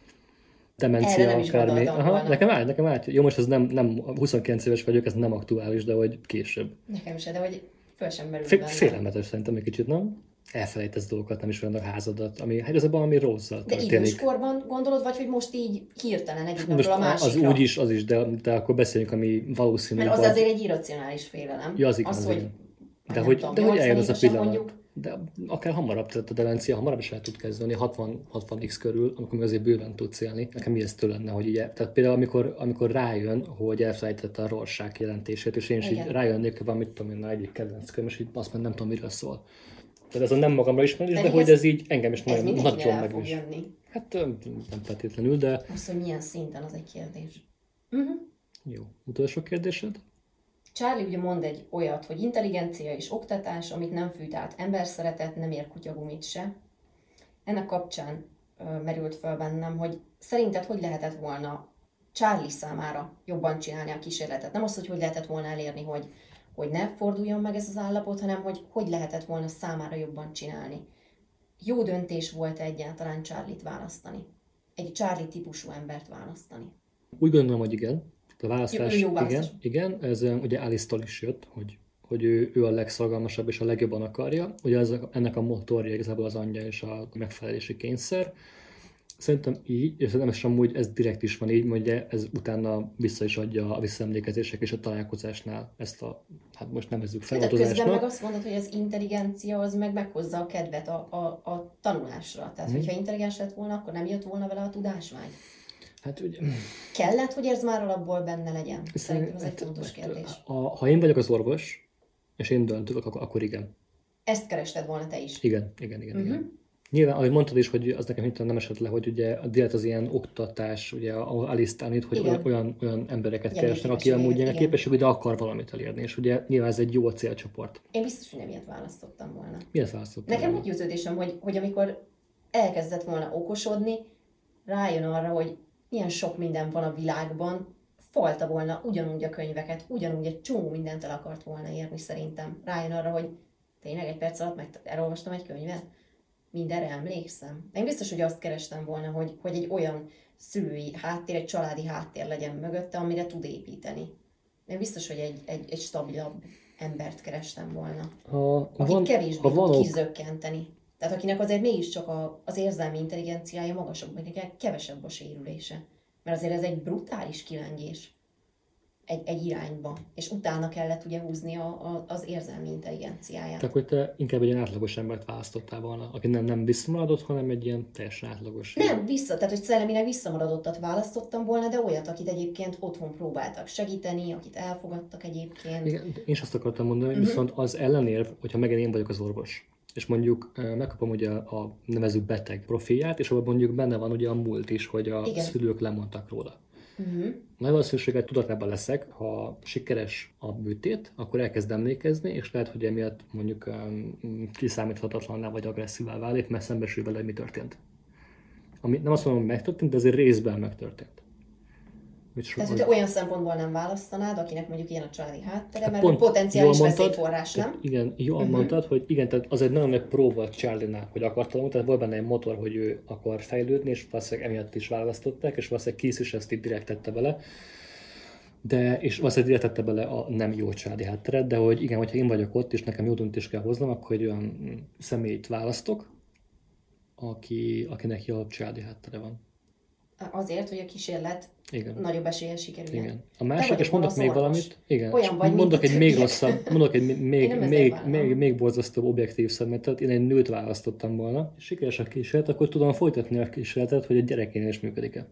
Speaker 2: Erre
Speaker 1: Demencia
Speaker 2: nem is
Speaker 1: akármi.
Speaker 2: gondoltam
Speaker 1: Aha,
Speaker 2: volna.
Speaker 1: nekem állt, nekem állt. Jó, most ez nem, nem huszonkilenc éves vagyok, ez nem aktuális, de hogy később.
Speaker 2: Nekem se, de hogy föl sem merül
Speaker 1: Fé-
Speaker 2: bennem.
Speaker 1: félelmetes szerintem egy kicsit, nem? Elfelejtesz dolgokat, nem ismered a házadat, ami hát igazából ami rosszal
Speaker 2: De
Speaker 1: történik.
Speaker 2: időskorban gondolod, vagy hogy most így hirtelen egyik
Speaker 1: Most
Speaker 2: napról a
Speaker 1: az
Speaker 2: másikra?
Speaker 1: úgy is, az is, de, de akkor beszéljünk, ami valószínű.
Speaker 2: Mert az
Speaker 1: vagy-
Speaker 2: azért egy irracionális félelem.
Speaker 1: Ja, az igen,
Speaker 2: az,
Speaker 1: az
Speaker 2: hogy
Speaker 1: igen.
Speaker 2: vagy
Speaker 1: De
Speaker 2: nem
Speaker 1: hogy,
Speaker 2: tudom,
Speaker 1: de hogy eljön az a
Speaker 2: nyolcvan évesen
Speaker 1: pillanat.
Speaker 2: mondjuk.
Speaker 1: De akár hamarabb, tehát a demencia hamarabb is el tud kezdeni, hatvan hatvan x körül, amikor még azért bőven tudsz élni. Nekem ijesztő lenne, hogy így, tehát például amikor, amikor rájön, hogy elfelejtette a Rorschach jelentését, és én is így
Speaker 2: Igen.
Speaker 1: rájönnék, hogy van, mit tudom én, na, egyik kedvenc könyv, és így azt már nem tudom, miről szól. Tehát ez a nem magamra ismerés, de,
Speaker 2: De
Speaker 1: de hogy
Speaker 2: ez-
Speaker 1: ez így engem is
Speaker 2: Ez
Speaker 1: nagyon
Speaker 2: mindenkinél
Speaker 1: nagyon
Speaker 2: el
Speaker 1: meg
Speaker 2: fog
Speaker 1: is.
Speaker 2: jönni.
Speaker 1: Hát ö, nem feltétlenül, de
Speaker 2: Az, hogy milyen szinten, az egy kérdés. Uh-huh.
Speaker 1: jó. Utolsó kérdésed?
Speaker 2: Charlie ugye mond egy olyat, hogy intelligencia és oktatás, amit nem fűt át emberszeretet, nem ér kutyagumit se. Ennek kapcsán ö, merült föl bennem, hogy szerinted hogy lehetett volna Charlie számára jobban csinálni a kísérletet? Nem az, hogy hogy lehetett volna elérni, hogy, hogy ne forduljon meg ez az állapot, hanem hogy hogy lehetett volna számára jobban csinálni. Jó döntés volt egyáltalán Charlie-t választani? Egy Charlie típusú embert választani?
Speaker 1: Úgy gondolom, hogy igen. A választás,
Speaker 2: Jó- jó
Speaker 1: igen,
Speaker 2: választás.
Speaker 1: igen, ez ö, ugye Alice-tól is jött, hogy, hogy ő, ő a legszorgalmasabb és a legjobban akarja. Ugye ez, a- ennek a motorja igazából az anyja és a megfelelési kényszer. Szerintem így, és nem is amúgy ez direkt is van így, hogy ugye ez utána vissza is adja a visszaemlékezések és a találkozásnál ezt a, hát most nevezzük
Speaker 2: De közben meg
Speaker 1: feladozásnak.
Speaker 2: azt mondod, hogy az intelligencia az meg meghozza a kedvet a, a, a tanulásra. Tehát,
Speaker 1: Mhm.
Speaker 2: hogyha intelligens lett volna, akkor nem jött volna vele a tudásvágy.
Speaker 1: Hát ugye,
Speaker 2: Kellett, hogy ez már alapból benne legyen? Szerintem ez egy
Speaker 1: hát,
Speaker 2: fontos kérdés.
Speaker 1: A, ha én vagyok az orvos, és én döntök, akkor, akkor igen.
Speaker 2: Ezt kerested volna te is.
Speaker 1: Igen, igen, igen,
Speaker 2: Mhm.
Speaker 1: igen. Nyilván, ahogy mondtad is, hogy az nekem hirtelen nem esett le, hogy ugye a direkt az ilyen oktatás, ugye ahol Alice tanít, hogy
Speaker 2: Igen.
Speaker 1: olyan, olyan embereket
Speaker 2: Gyenge
Speaker 1: keresnek, aki
Speaker 2: képességek,
Speaker 1: amúgy gyenge
Speaker 2: igen.
Speaker 1: képességű, de akar valamit elérni. És ugye nyilván ez egy jó célcsoport.
Speaker 2: Én biztos, hogy nem ilyet választottam volna.
Speaker 1: Miért választottál?
Speaker 2: Nekem úgy győződésem, hogy, hogy amikor elkezdett volna okosodni, rájön arra, hogy milyen sok minden van a világban, falta volna ugyanúgy a könyveket, ugyanúgy egy csomó mindent el akart volna érni szerintem. Rájön arra, hogy tényleg egy perc alatt meg elolvastam egy könyvet, mindenre emlékszem. Én biztos, hogy azt kerestem volna, hogy, hogy egy olyan szülői háttér, egy családi háttér legyen mögötte, amire tud építeni. Én biztos, hogy egy, egy, egy stabilabb embert kerestem volna.
Speaker 1: Ha,
Speaker 2: Aki
Speaker 1: van,
Speaker 2: kevésbé
Speaker 1: ha van
Speaker 2: tud
Speaker 1: ok,
Speaker 2: kizökkenteni. Tehát akinek azért mégiscsak a, az érzelmi intelligenciája magasabb, meg neki kevesebb a sérülése. Mert azért ez egy brutális kilengés egy, egy irányba. És utána kellett ugye húzni a, a, az érzelmi intelligenciáját.
Speaker 1: akkor te inkább egy ilyen átlagos embert választottál volna, aki nem, nem visszamaradott, hanem egy ilyen teljesen átlagos.
Speaker 2: Nem, vissza, tehát hogy szellemileg visszamaradottat választottam volna, de olyat, akit egyébként otthon próbáltak segíteni, akit elfogadtak egyébként.
Speaker 1: Igen, én is azt akartam mondani, hogy
Speaker 2: Mhm.
Speaker 1: viszont az ellenérv, hogyha megint én vagyok az orvos, és mondjuk eh, megkapom ugye a nevezük beteg profilját, és abban mondjuk benne van ugye a múlt is, hogy a
Speaker 2: Igen.
Speaker 1: szülők lemondtak róla.
Speaker 2: Uh-huh.
Speaker 1: Nagy valószínűséggel tudatában leszek, ha sikeres a műtét, akkor elkezd emlékezni, és lehet, hogy emiatt mondjuk um, kiszámíthatatlanná vagy agresszívá válik, mert szembesül vele, hogy mi történt. Ami nem azt mondom, hogy megtörtént, de azért részben megtörtént. Mit so-
Speaker 2: Tehát, hogy te olyan szempontból nem választanád, akinek mondjuk ilyen a családi háttere,
Speaker 1: Hát
Speaker 2: mert
Speaker 1: pont
Speaker 2: hogy potenciális
Speaker 1: jól mondtad,
Speaker 2: veszélyforrás, nem?
Speaker 1: tehát igen, jól
Speaker 2: Mhm.
Speaker 1: mondtad, hogy igen, tehát az egy nagyon nagy pró volt Charlie-nál, hogy akartam, tehát volt benne egy motor, hogy ő akar fejlődni, és valószínűleg emiatt is választották, és valószínűleg Keith is ezt így direkt tette bele. De, és valószínűleg direkt tette bele a nem jó családi hátteret, de hogy igen, hogyha én vagyok ott, és nekem jó döntést kell hoznom, akkor egy olyan mm, személyt választok, aki, akinek jobb családi háttere van.
Speaker 2: azért, hogy a kísérlet
Speaker 1: Igen.
Speaker 2: nagyobb eséllyel sikerüljen.
Speaker 1: Igen. A másik, és mondok még valamit, igen,
Speaker 2: Olyan vagy,
Speaker 1: mondok egy még
Speaker 2: többiek.
Speaker 1: rosszabb, mondok egy még,
Speaker 2: nem
Speaker 1: még,
Speaker 2: ezzel
Speaker 1: még,
Speaker 2: vállalom.
Speaker 1: még borzasztóbb objektív szemletet, én egy nőt választottam volna, és sikeres a kísérlet, akkor tudom folytatni a kísérletet, hogy a gyerekénél is működik-e.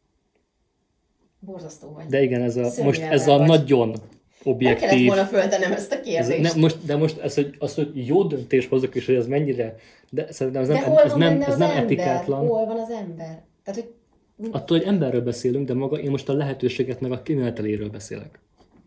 Speaker 2: Borzasztó vagy.
Speaker 1: De igen, ez a,
Speaker 2: Szörnyű
Speaker 1: most ez
Speaker 2: ember
Speaker 1: a
Speaker 2: vagy.
Speaker 1: nagyon
Speaker 2: Nem kellett
Speaker 1: objektív.
Speaker 2: volna föltennem ezt a
Speaker 1: Ez,
Speaker 2: kérdést.
Speaker 1: ne, most, de most ez, hogy, az, hogy jó döntés hozok, és hogy ez mennyire, de szerintem ez
Speaker 2: De
Speaker 1: nem,
Speaker 2: hol
Speaker 1: ez
Speaker 2: van
Speaker 1: nem,
Speaker 2: benne
Speaker 1: ez
Speaker 2: az
Speaker 1: nem
Speaker 2: ember?
Speaker 1: etikátlan.
Speaker 2: Hol van az ember? Tehát, hogy
Speaker 1: Attól, hogy emberről beszélünk, de maga én most a lehetőséget meg a kimeneteléről beszélek.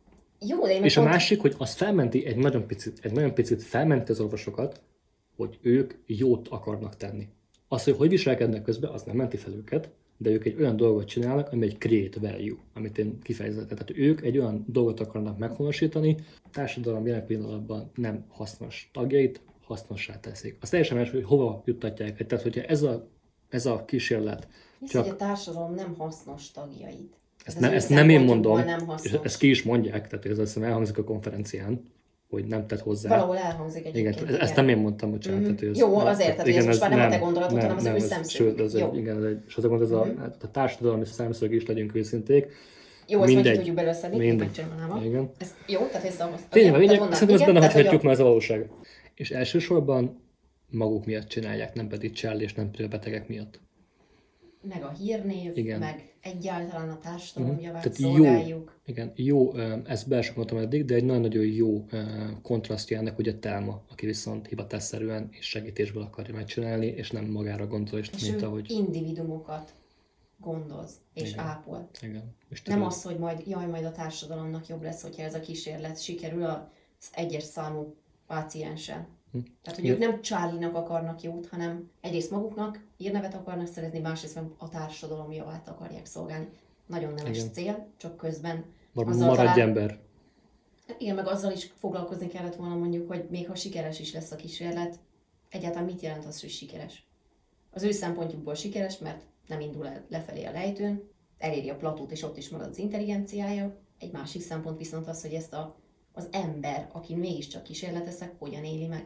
Speaker 2: jó, de én
Speaker 1: És a
Speaker 2: pont-
Speaker 1: másik, hogy az felmenti egy nagyon picit, egy nagyon picit felmenti az orvosokat, hogy ők jót akarnak tenni. Az, hogy hogy viselkednek közben, az nem menti fel őket, de ők egy olyan dolgot csinálnak, ami egy create value, amit én kifejezek. Tehát ők egy olyan dolgot akarnak meghonosítani, a társadalom jelen pillanatban nem hasznos tagjait hasznossá teszik. Az teljesen más, hogy hova juttatják. Tehát, hogyha ez a, ez a kísérlet
Speaker 2: hisz,
Speaker 1: csak...
Speaker 2: hogy a társadalom nem hasznos tagjait.
Speaker 1: Ezt,
Speaker 2: Ez
Speaker 1: ne,
Speaker 2: az ő
Speaker 1: ezt nem én
Speaker 2: szempontjukból
Speaker 1: mondom,
Speaker 2: nem
Speaker 1: és
Speaker 2: hasznos.
Speaker 1: ezt ki is mondják, tehát ez azt hiszem elhangzik a konferencián, hogy nem tett hozzá.
Speaker 2: Valahol elhangzik egyébként.
Speaker 1: Igen, ezt nem én mondtam, bocsánat.
Speaker 2: Mhm.
Speaker 1: Tehát, hogy ez,
Speaker 2: Jó, azért, tehát, hogy ez most már nem a te
Speaker 1: nem,
Speaker 2: gondolatod, hanem az ő
Speaker 1: ez-
Speaker 2: szemszögük.
Speaker 1: Sőt, ez
Speaker 2: Jó.
Speaker 1: egy, igen, ez egy, és az a, ez a,
Speaker 2: Mhm.
Speaker 1: a társadalmi szemszög is, legyünk őszinték.
Speaker 2: Jó, ezt majd ki
Speaker 1: Mindegy.
Speaker 2: tudjuk belőle szedni,
Speaker 1: Mindegy.
Speaker 2: megcsinálom.
Speaker 1: Igen.
Speaker 2: Ez jó, tehát ez a...
Speaker 1: Tényleg,
Speaker 2: igen,
Speaker 1: lényeg,
Speaker 2: tehát
Speaker 1: szerintem ezt
Speaker 2: igen,
Speaker 1: benne
Speaker 2: tehát, hogy
Speaker 1: hagyhatjuk,
Speaker 2: a-
Speaker 1: mert ez a valóság. És elsősorban maguk miatt csinálják, nem pedig Charlie és nem pedig a betegek miatt.
Speaker 2: Meg a hírnév,
Speaker 1: Igen.
Speaker 2: meg egyáltalán a társadalom
Speaker 1: Mhm.
Speaker 2: javát
Speaker 1: Tehát jó.
Speaker 2: szolgáljuk.
Speaker 1: Igen, jó, ö, ezt be sem mondtam eddig, de egy nagyon-nagyon jó ö, kontrasztja ennek ugye Telma, aki viszont hivatásszerűen és segítésből akarja megcsinálni, és nem magára gondol, és,
Speaker 2: És
Speaker 1: mint
Speaker 2: ő
Speaker 1: ahogy...
Speaker 2: individumokat gondoz és
Speaker 1: Igen.
Speaker 2: ápol.
Speaker 1: Igen. És
Speaker 2: Nem
Speaker 1: tudod,
Speaker 2: az, hogy majd, jaj, majd a társadalomnak jobb lesz, hogyha ez a kísérlet sikerül az egyes számú pácienssel.
Speaker 1: Hm.
Speaker 2: Tehát, hogy
Speaker 1: Ja.
Speaker 2: ők nem Charlie-nak akarnak jót, hanem egyrészt maguknak hírnevet akarnak szerezni, másrészt meg a társadalom javát akarják szolgálni. Nagyon nemes
Speaker 1: Igen.
Speaker 2: cél, csak közben
Speaker 1: mar-
Speaker 2: azzal
Speaker 1: maradj
Speaker 2: talán-
Speaker 1: ember.
Speaker 2: Hát igen, meg azzal is foglalkozni kellett volna mondjuk, hogy még ha sikeres is lesz a kísérlet, egyáltalán mit jelent az, hogy sikeres? Az ő szempontjukból sikeres, mert nem indul el lefelé a lejtőn, eléri a platót, és ott is marad az intelligenciája. Egy másik szempont viszont az, hogy ezt a, az ember, aki mégiscsak kísérletezek, hogyan éli meg.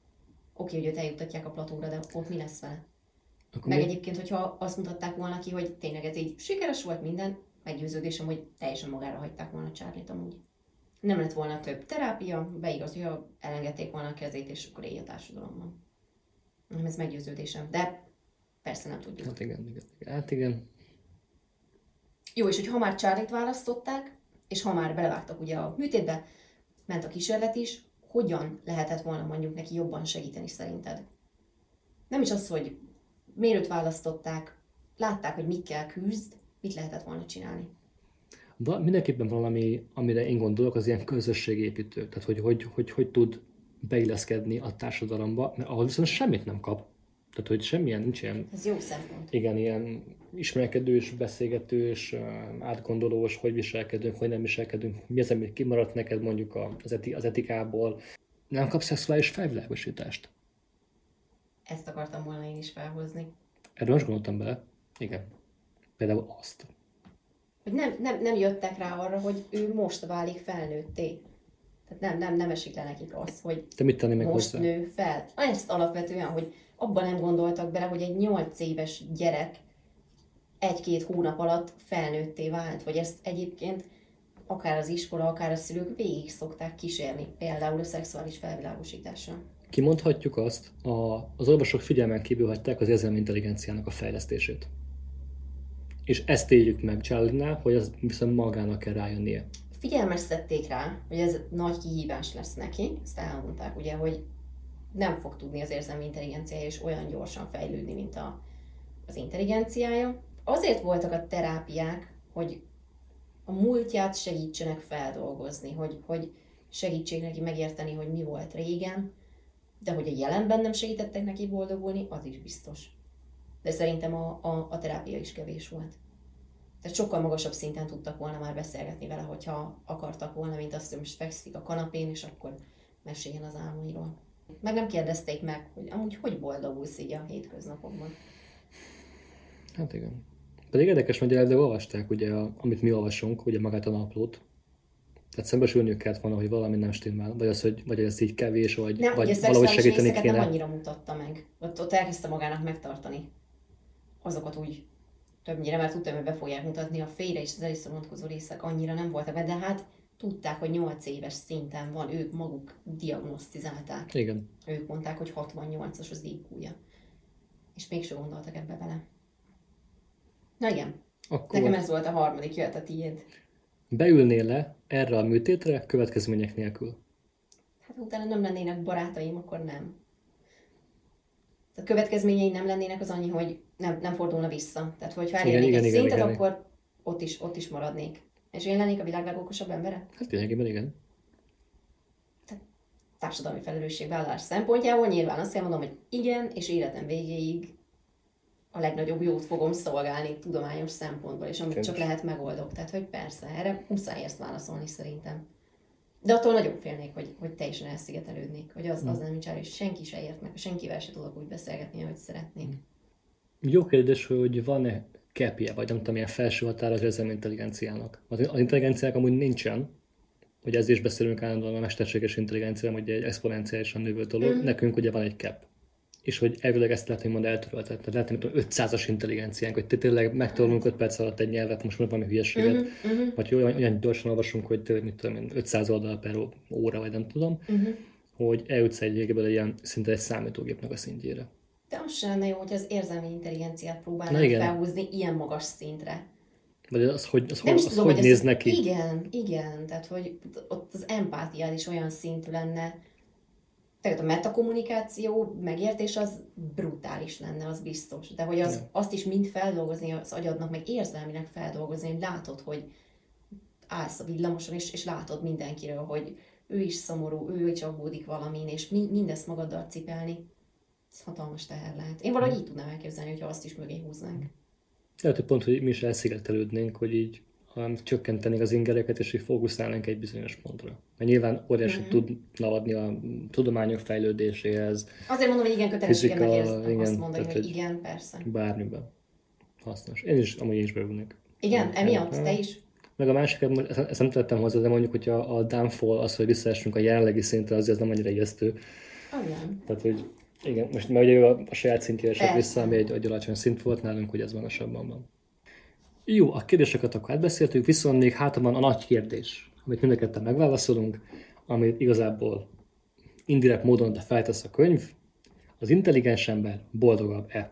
Speaker 2: Oké, hogy őt eljuttatják a platóra, de ott mi lesz vele?
Speaker 1: Akkor
Speaker 2: Meg
Speaker 1: még-
Speaker 2: egyébként, hogyha azt mutatták volna ki, hogy tényleg ez így sikeres volt minden, meggyőződésem, hogy teljesen magára hagyták volna Charlie-t amúgy. Nem lett volna több terápia, beigazolja, elengedték volna a kezét, és akkor élj a társadalomban. Nem, ez meggyőződésem, de persze nem tudjuk.
Speaker 1: Hát igen, igen, igen. Hát igen.
Speaker 2: Jó, és hogy ha már Charlie-t választották, és ha már belevágtak ugye a műtétbe, ment a kísérlet is, hogyan lehetett volna mondjuk neki jobban segíteni szerinted? Nem is az, hogy miért őt választották, látták, hogy mikkel küzd, mit lehetett volna csinálni.
Speaker 1: Va- mindenképpen valami, amire én gondolok, az ilyen közösségépítő. Tehát, hogy hogy, hogy, hogy tud beilleszkedni a társadalomba, mert ahol viszont semmit nem kap. Tehát, hogy semmilyen, nincs ilyen,
Speaker 2: Ez jó szempont.
Speaker 1: igen, ilyen ismerkedős, beszélgetős, ö, átgondolós, hogy viselkedünk, hogy nem viselkedünk, mi az, amit kimaradt neked mondjuk a- az, eti, az etikából. Nem kapsz szexuális felvilágosítást.
Speaker 2: Ezt akartam volna én is felhozni.
Speaker 1: Erről most gondoltam bele. Igen. Például azt.
Speaker 2: Hogy nem, nem, nem jöttek rá arra, hogy ő most válik felnőtté. Tehát nem, nem, nem esik le nekik az, hogy
Speaker 1: Te mit tenni meg
Speaker 2: most
Speaker 1: hozzá?
Speaker 2: nő fel. Ezt alapvetően, hogy abban nem gondoltak bele, hogy egy nyolc éves gyerek egy-két hónap alatt felnőtté vált, vagy ezt egyébként akár az iskola, akár a szülők végig szokták kísérni, például a szexuális felvilágosítással.
Speaker 1: Kimondhatjuk azt, a, az orvosok figyelmen kívül hagyták az érzelmi intelligenciának a fejlesztését. És ezt éljük meg Charlie-nál, hogy az viszont magának kell rájönnie.
Speaker 2: Figyelmeztették rá, hogy ez nagy kihívás lesz neki, ezt elmondták ugye, hogy nem fog tudni az érzelmi intelligenciája is olyan gyorsan fejlődni, mint a, az intelligenciája. Azért voltak a terápiák, hogy a múltját segítsenek feldolgozni, hogy, hogy segítsék neki megérteni, hogy mi volt régen, de hogy a jelenben nem segítettek neki boldogulni, az is biztos. De szerintem a, a, a terápia is kevés volt. Tehát sokkal magasabb szinten tudtak volna már beszélgetni vele, hogyha akartak volna, mint azt, hogy most fekszik a kanapén, és akkor meséljen az álmairól. Meg nem kérdezték meg, hogy amúgy hogy boldogulsz így a hétköznapokban.
Speaker 1: Hát igen. Pedig érdekes, hogy elvileg olvasták, ugye, a, amit mi olvasunk, ugye magát a naplót. Tehát szembesülniük kellett volna, hogy valami nem stimmel, vagy az, hogy vagy ez így kevés, vagy,
Speaker 2: Nem,
Speaker 1: vagy
Speaker 2: ugye a
Speaker 1: valahogy
Speaker 2: szexuális
Speaker 1: segíteni
Speaker 2: részeket nem
Speaker 1: kéne.
Speaker 2: annyira mutatta meg. Ott, ott elkezdte magának megtartani. Azokat úgy többnyire, mert tudtam, hogy be fogják mutatni a félre és az Alice vonatkozó részek annyira nem voltak be, de hát tudták, hogy nyolc éves szinten van, ők maguk diagnosztizálták.
Speaker 1: Igen.
Speaker 2: Ők mondták, hogy hatvannyolcas az í kúja. És mégsem gondoltak ebbe bele. Na igen,
Speaker 1: Akkor
Speaker 2: nekem ez volt a harmadik, jöhet a tiéd.
Speaker 1: beülnél le erre a műtétre következmények nélkül?
Speaker 2: Hát utána nem lennének barátaim, akkor nem. A következményei nem lennének az annyi, hogy nem, nem fordulna vissza. Tehát, hogyha elérnék
Speaker 1: Igen,
Speaker 2: egy
Speaker 1: igen,
Speaker 2: szintet,
Speaker 1: igen,
Speaker 2: akkor ott is, ott is maradnék. És én lennék a világ legokosabb embere?
Speaker 1: Hát lényegében igen.
Speaker 2: Társadalmi felelősségvállalás szempontjából nyilván azt kell mondom, hogy igen, és életem végéig a legnagyobb jót fogom szolgálni tudományos szempontból, és amit
Speaker 1: Kérdés.
Speaker 2: csak lehet megoldok. Tehát, hogy persze, erre muszáj ezt válaszolni szerintem. De attól nagyon félnék, hogy, hogy teljesen elszigetelődnék, hogy az, az nem nincs elő, és senki se ért meg, senkivel se tudok úgy beszélgetni, ahogy szeretnék.
Speaker 1: Jó kérdés, hogy van-e capje, vagy nem tudom, ilyen felső határ az érzelmi intelligenciának. Az, az intelligenciának amúgy nincsen, hogy ezért is beszélünk állandóan a mesterséges intelligencia, hogy egy exponenciálisan növő dolog.
Speaker 2: Mm.
Speaker 1: Nekünk ugye van egy cap. És hogy elvileg ezt lehet, hogy mond eltöröltet. Tehát lehet, hogy ötszázas intelligenciánk, hogy tényleg megtanulunk öt perc alatt egy nyelvet, most mondom valami hülyeséget,
Speaker 2: Uh-huh, uh-huh,
Speaker 1: vagy olyan, olyan gyorsan olvasunk, hogy tényleg, mit tudom én, ötszáz oldal per óra, vagy nem tudom,
Speaker 2: uh-huh.
Speaker 1: hogy eljutsz egy ilyen szinte egy számítógépnek a szintjére.
Speaker 2: De az sem lenne jó, hogy az érzelmi intelligenciát
Speaker 1: Na
Speaker 2: próbálnánk
Speaker 1: igen.
Speaker 2: felhúzni ilyen magas szintre.
Speaker 1: Vagy az, hogy, az,
Speaker 2: Nem
Speaker 1: hogy,
Speaker 2: is
Speaker 1: az
Speaker 2: tudom,
Speaker 1: hogy
Speaker 2: hogy
Speaker 1: néz
Speaker 2: ez,
Speaker 1: neki.
Speaker 2: Igen, igen, tehát hogy ott az empátiád is olyan szintű lenne, tehát a metakommunikáció, megértés az brutális lenne, az biztos. De hogy az,
Speaker 1: Ja.
Speaker 2: azt is mind feldolgozni az agyadnak, meg érzelmileg feldolgozni, hogy látod, hogy állsz a villamoson, és, és látod mindenkiről, hogy ő is szomorú, ő is aggódik valamin, és mi, mindezt magaddal cipelni, ez hatalmas teher lehet. Én valahogy így tudnám elképzelni, hogyha azt is mögé húznánk.
Speaker 1: Lehet, hogy pont, hogy mi is elszigetelődnénk, hogy így hanem csökkentenénk az ingereket, és így fókuszálnánk egy bizonyos pontra. Mert nyilván óriási
Speaker 2: Mhm.
Speaker 1: tudna adni a tudományok fejlődéséhez,
Speaker 2: Azért mondom, hogy igen, kötelességemnek
Speaker 1: Fizika,
Speaker 2: érzem
Speaker 1: igen,
Speaker 2: azt mondani,
Speaker 1: tehát
Speaker 2: hogy
Speaker 1: egy-
Speaker 2: igen, persze.
Speaker 1: bármiben hasznos. Én is, amúgy én is beülnék.
Speaker 2: Igen,
Speaker 1: Igen,
Speaker 2: emiatt,
Speaker 1: kell.
Speaker 2: te is?
Speaker 1: Meg a másikat, most ezt, ezt nem tettem hozzá, de mondjuk, hogyha a downfall, az, hogy visszaessünk a jelenlegi szintre, azért az nem annyira ijesztő.
Speaker 2: Ah, igen.
Speaker 1: Tehát, hogy igen, most mert ugye ő a, a saját szintjére esett
Speaker 2: Persze.
Speaker 1: vissza, ami egy, egy alacsony szint volt nálunk, hogy ez magasabban van. Jó, a kérdéseket akkor átbeszéltük, viszont még hátra van a nagy kérdés, amit mind a ketten megválaszolunk, amit igazából indirekt módon de feltesz a könyv. Az intelligens ember boldogabb-e?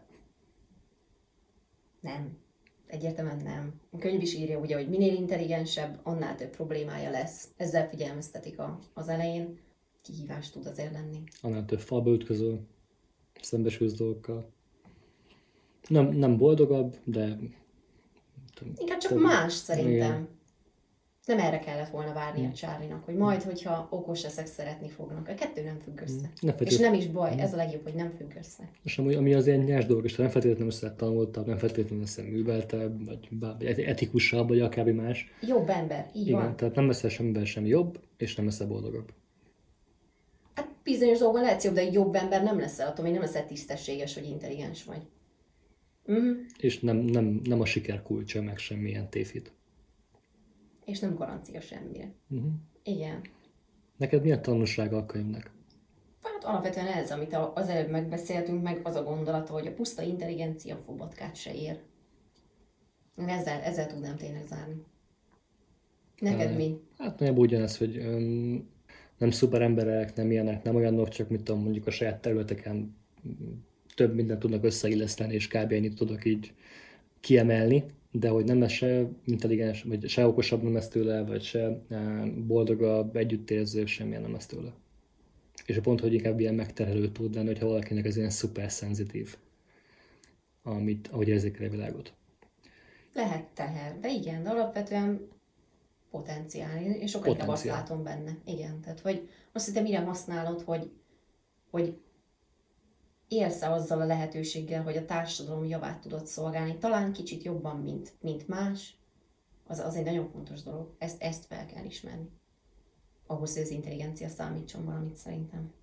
Speaker 2: Nem. Egyértelműen nem. A könyv is írja ugye, hogy minél intelligensebb, annál több problémája lesz. Ezzel figyelmeztetik a, az elején. Kihívás tud azért lenni.
Speaker 1: Annál több falba ütköző, szembesülsz dolgokkal. Nem, nem boldogabb, de...
Speaker 2: Inkább csak
Speaker 1: Több-
Speaker 2: más szerintem.
Speaker 1: igen.
Speaker 2: Nem erre kellett volna várni
Speaker 1: Hmm.
Speaker 2: a Charlie-nak, hogy majd, hogyha okos leszek, szeretni fognak. A kettő nem függ össze.
Speaker 1: Ne
Speaker 2: És
Speaker 1: feltétlenül,
Speaker 2: nem is baj, ez a legjobb, hogy nem függ össze.
Speaker 1: és ami, ami az ilyen nyers dolog, és nem feltétlenül össze tanultabb, nem feltétlenül össze műveltebb, vagy, bár- vagy etikusabb, vagy akármi más.
Speaker 2: Jobb ember, így
Speaker 1: Igen,
Speaker 2: van.
Speaker 1: tehát nem leszel semmiben sem jobb, és nem leszel boldogabb.
Speaker 2: Hát bizonyos dolgokban lehetsz jobb, de egy jobb ember nem leszel, attól még nem leszel tisztességes, hogy intelligens vagy. Mhm.
Speaker 1: És nem, nem, nem a siker kulcsa, meg semmilyen tévhit.
Speaker 2: És nem garancia semmire.
Speaker 1: Uh-huh.
Speaker 2: Igen.
Speaker 1: Neked milyen tanulsága a könyvnek?
Speaker 2: Hát alapvetően ez, amit a- az előbb megbeszéltünk, meg az a gondolata, hogy a puszta intelligencia fobatkát se ér. Én ezzel, ezzel tudnám tényleg zárni. Neked
Speaker 1: Ö,
Speaker 2: mi?
Speaker 1: Hát nagyjából ugyanez, hogy öm, nem szuper emberek, nem ilyenek, nem olyanok, csak mit tudom, mondjuk a saját területeken mm, több mindent tudnak összeilleszteni, és kb. Ennyit tudok így kiemelni, de hogy nem lesz se intelligens, vagy se okosabb nem lesz tőle, vagy se eh, boldogabb, együttérző, semmilyen nem lesz tőle. És pont, hogy inkább ilyen megterhelő tud lenni, hogyha valakinek ez ilyen szuper szenzitív, amit, ahogy érzékel a világot.
Speaker 2: Lehet teher, de igen, de alapvetően potenciál, és sokkal inkább azt
Speaker 1: Potenciál.
Speaker 2: látom benne. Igen, tehát hogy azt hiszem, mire használod, hogy, hogy élsz azzal a lehetőséggel, hogy a társadalom javát tudod szolgálni, talán kicsit jobban, mint, mint más, az, az egy nagyon fontos dolog. Ezt, ezt fel kell ismerni. Ahhoz, hogy az intelligencia számítson valamit szerintem.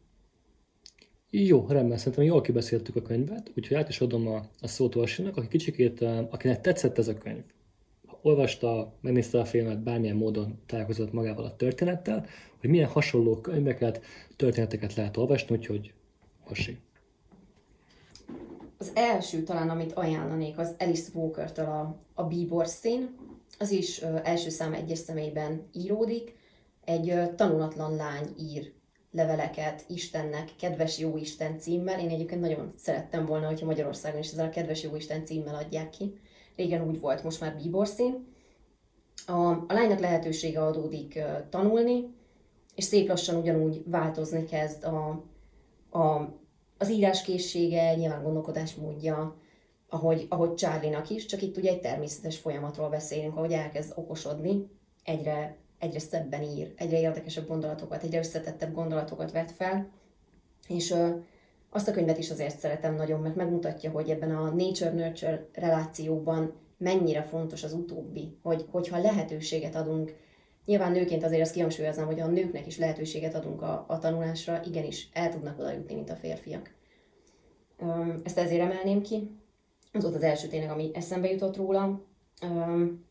Speaker 1: Jó, rendben, szerintem jól kibeszéltük a könyvet, úgyhogy át is adom a, a szót Orsinak, aki kicsikét, eh, akinek tetszett ez a könyv. Olvasta, megnézte a filmet, bármilyen módon találkozott magával a történettel, hogy milyen hasonló könyveket, történeteket lehet olvasni, úgyhogy Orsi.
Speaker 2: Az első talán, amit ajánlanék, az Alice Walker-től a, a Bíbor szín. Az is ö, első szám egyes személyben íródik. Egy ö, tanulatlan lány ír leveleket Istennek, Kedves Jóisten címmel. Én egyébként nagyon szerettem volna, hogyha Magyarországon is ezzel a Kedves Jóisten címmel adják ki. Régen úgy volt, most már Bíbor szín. A, a lánynak lehetősége adódik ö, tanulni, és szép lassan ugyanúgy változni kezd a, a, az íráskészsége, nyilván gondolkodásmódja, ahogy, ahogy Charlie-nak is, csak itt ugye egy természetes folyamatról beszélünk, ahogy elkezd okosodni, egyre, egyre szebben ír, egyre érdekesebb gondolatokat, egyre összetettebb gondolatokat vet fel, és ö, azt a könyvet is azért szeretem nagyon, mert megmutatja, hogy ebben a nature-nurture relációban mennyire fontos az utóbbi, hogy, hogyha lehetőséget adunk. Nyilván nőként azért azt kihangsúlyoznám, hogy a nőknek is lehetőséget adunk a, a tanulásra, igenis el tudnak oda jutni, mint a férfiak. Um, ezt ezért emelném ki. Az volt az első tényleg, ami eszembe jutott róla. Um,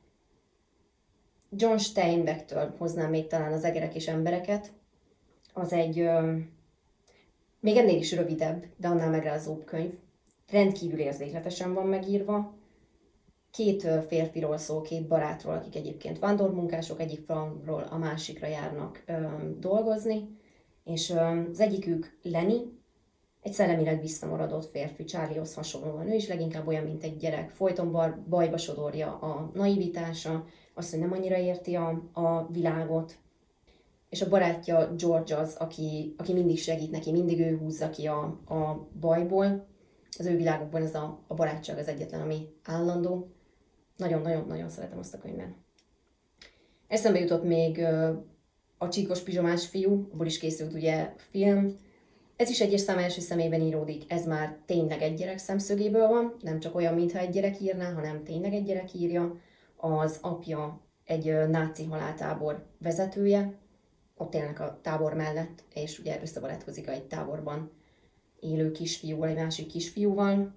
Speaker 2: John Steinbecktől hoznám még talán az Egerek és embereket. Az egy um, még ennél is rövidebb, de annál megrázóbb könyv. Rendkívül érzékletesen van megírva. Két férfiról szól, két barátról, akik egyébként vándormunkások, egyik falról a másikra járnak öm, dolgozni, és öm, az egyikük Lenny, egy szellemileg visszamaradott férfi, Charliehoz hasonlóan, ő is leginkább olyan, mint egy gyerek, folyton bar, bajba sodorja a naivitása, azt, hogy nem annyira érti a, a világot, és a barátja George az, aki, aki mindig segít neki, mindig ő húzza ki a, a bajból. Az ő világukban ez a, a barátság az egyetlen, ami állandó. Nagyon-nagyon-nagyon szeretem azt a könyvet. Eszembe jutott még a Csíkos pizsomás fiú, abból is készült ugye film. Ez is egyes szám első személyben íródik, ez már tényleg egy gyerek szemszögéből van, nem csak olyan, mintha egy gyerek írná, hanem tényleg egy gyerek írja. Az apja egy náci haláltábor vezetője, ott élnek a tábor mellett, és ugye összebarátkozik egy táborban élő kisfiúval, egy másik kisfiúval.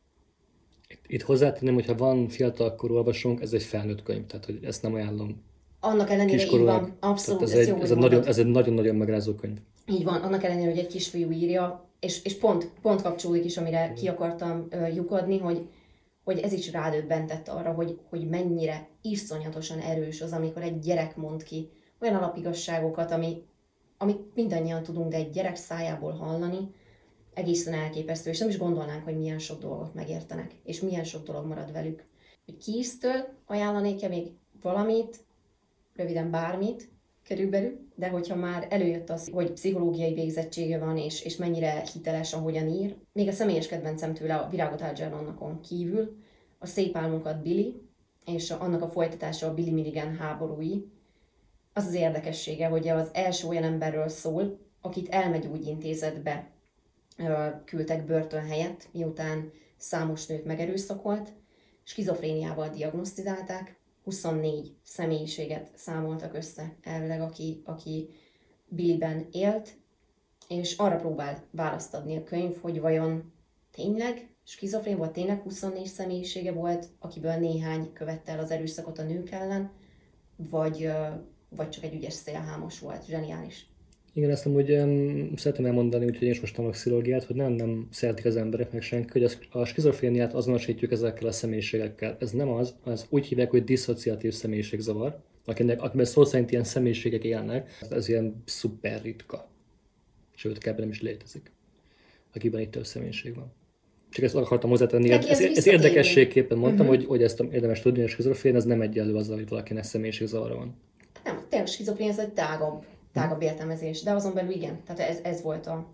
Speaker 1: Itt hozzátenném, hogyha van fiatalkorú olvasónk, ez egy felnőtt könyv, tehát hogy ezt nem ajánlom.
Speaker 2: Annak ellenére így van, abszolút,
Speaker 1: ez,
Speaker 2: ez,
Speaker 1: egy,
Speaker 2: jó,
Speaker 1: ez, egy nagyon, ez egy nagyon-nagyon megrázó könyv.
Speaker 2: Így van, annak ellenére, hogy egy kisfiú írja, és, és pont, pont kapcsolódik is, amire ki akartam uh, lyukadni, hogy, hogy ez is rádöbbentett arra, hogy, hogy mennyire iszonyatosan erős az, amikor egy gyerek mond ki olyan alapigasságokat, ami, amit mindannyian tudunk, de egy gyerek szájából hallani, egészen elképesztő, és nem is gondolnánk, hogy milyen sok dolgot megértenek, és milyen sok dolog marad velük. Keyes-től ajánlanék-e még valamit, röviden bármit, körülbelül, de hogyha már előjött az, hogy pszichológiai végzettsége van, és, és mennyire hiteles, ahogyan ír, még a személyes kedvencem tőle a Virágot Algernonnak kívül, a Szép álmokat Billy, és a, annak a folytatása a Billy Milligan háborúi. Az az érdekessége, hogy az első olyan emberről szól, akit elmegyógyintézetbe küldtek börtön helyett, miután számos nőt megerőszakolt, skizofréniával diagnosztizálták, huszonnégy személyiséget számoltak össze elvileg, aki, aki Billyben élt, és arra próbál választ adni a könyv, hogy vajon tényleg skizofrén volt, tényleg huszonnégy személyisége volt, akiből néhány követte el az erőszakot a nők ellen, vagy, vagy csak egy ügyes szélhámos volt, zseniális.
Speaker 1: Igen, ezt amúgy um, szeretném elmondani, úgyhogy én is most tanulok pszichológiát, hogy nem, nem szeretik az emberek meg senki, hogy a skizofréniát azonosítjuk ezekkel a személyiségekkel. Ez nem az, az úgy hívják, hogy diszociatív személyiségzavar, akinek, akiben szó szerint ilyen személyiségek élnek, ez ilyen szuper ritka. Sőt, kb. Nem is létezik, akiben itt több személyiség van. Csak ezt akartam hozzátenni, ez, ez, ez érdekességképpen mondtam, uh-huh. hogy, hogy ezt érdemes tudni, hogy a skizofrén ez nem egyenlő azzal, hogy valakinek személyiségzavara van.
Speaker 2: Nem, tényleg skizofrén ez egy tágabb. tágabb értelmezés, de azon belül igen, tehát ez, ez volt a,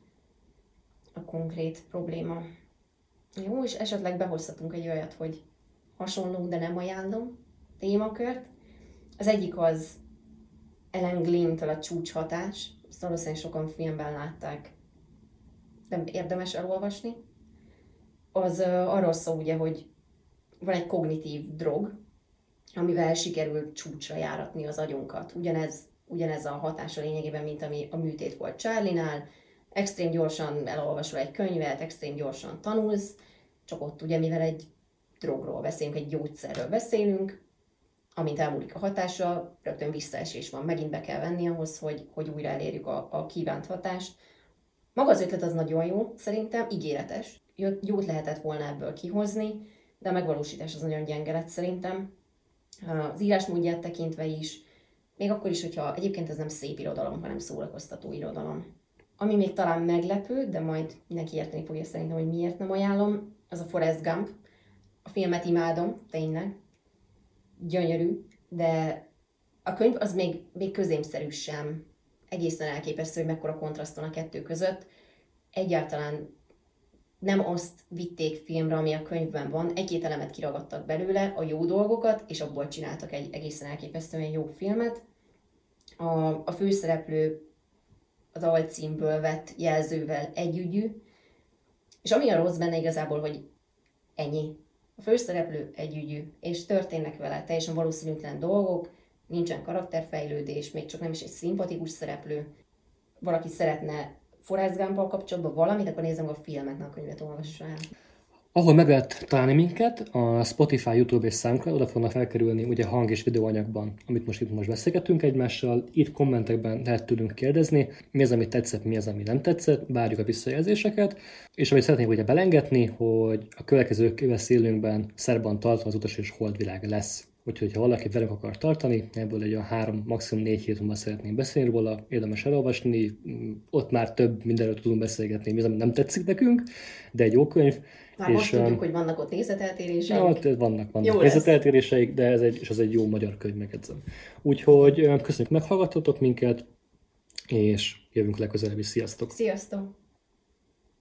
Speaker 2: a konkrét probléma. Jó, és esetleg behozhatunk egy olyat, hogy hasonló, de nem ajánlom témakört. Az egyik az Ellen Glynn-től a Csúcshatás, ezt valószínűleg sokan filmben látták, de érdemes elolvasni. Az uh, arról szól ugye, hogy van egy kognitív drog, amivel sikerül csúcsra járatni az agyunkat. Ugyanez Ugyanez a hatása lényegében, mint ami a műtét volt Charlie-nál. Extrém gyorsan elolvasol egy könyvet, extrém gyorsan tanulsz, csak ott ugye, mivel egy drogról beszélünk, egy gyógyszerről beszélünk, amint elmúlik a hatása, rögtön visszaesés van, megint be kell venni ahhoz, hogy, hogy újra elérjük a, a kívánt hatást. Maga az ötlet az nagyon jó, szerintem, ígéretes. jót lehetett volna ebből kihozni, de a megvalósítás az nagyon gyenge lett szerintem. Az írásmódját tekintve is, még akkor is, hogyha egyébként ez nem szép irodalom, hanem szórakoztató irodalom. Ami még talán meglepő, de majd mindenki érteni fogja szerintem, hogy miért nem ajánlom, az a Forrest Gump. A filmet imádom, tényleg. Gyönyörű, de a könyv az még, még középszerű sem. Egészen elképesztő, hogy mekkora kontraszt van a kettő között. Egyáltalán nem azt vitték filmre, ami a könyvben van, egy-két elemet kiragadtak belőle, a jó dolgokat, és abból csináltak egy egészen elképesztően jó filmet. A, a főszereplő az alcímből vett jelzővel együgyű, és ami a rossz benne igazából, hogy ennyi. A főszereplő együgyű, és történnek vele teljesen valószínűtlen dolgok, nincsen karakterfejlődés, még csak nem is egy szimpatikus szereplő. Valaki szeretne Forrest Gump-al kapcsolatban valamit, akkor nézzem a filmet, ne a könyvet olvassa el.
Speaker 1: Ahol meg lehet találni minket, a Spotify, YouTube és SoundCloud, oda fognak felkerülni ugye hang- és videóanyagban, amit most itt most beszélgetünk egymással. Itt kommentekben lehet tőlünk kérdezni, mi az, ami tetszett, mi az, ami nem tetszett, várjuk a visszajelzéseket, és amit szeretnék ugye belengetni, hogy a következő éveszélünkben szerban tartva az utas és holdvilág lesz. Úgyhogy ha valaki velünk akar tartani, ebből egy olyan három, maximum négy hét múlva szeretnénk beszélni róla, érdemes elolvasni, ott már több mindenről tudunk beszélgetni, mi az, ami nem tetszik nekünk, de egy jó könyv.
Speaker 2: Már és, most tudjuk, hogy vannak ott nézeteltéréseik.
Speaker 1: Ja, vannak, vannak nézeteltéréseik, de ez egy, és az egy jó magyar könyv, megedzem. Úgyhogy köszönjük, meghallgattatok minket, és jövünk legközelebb is. Sziasztok!
Speaker 2: Sziasztok!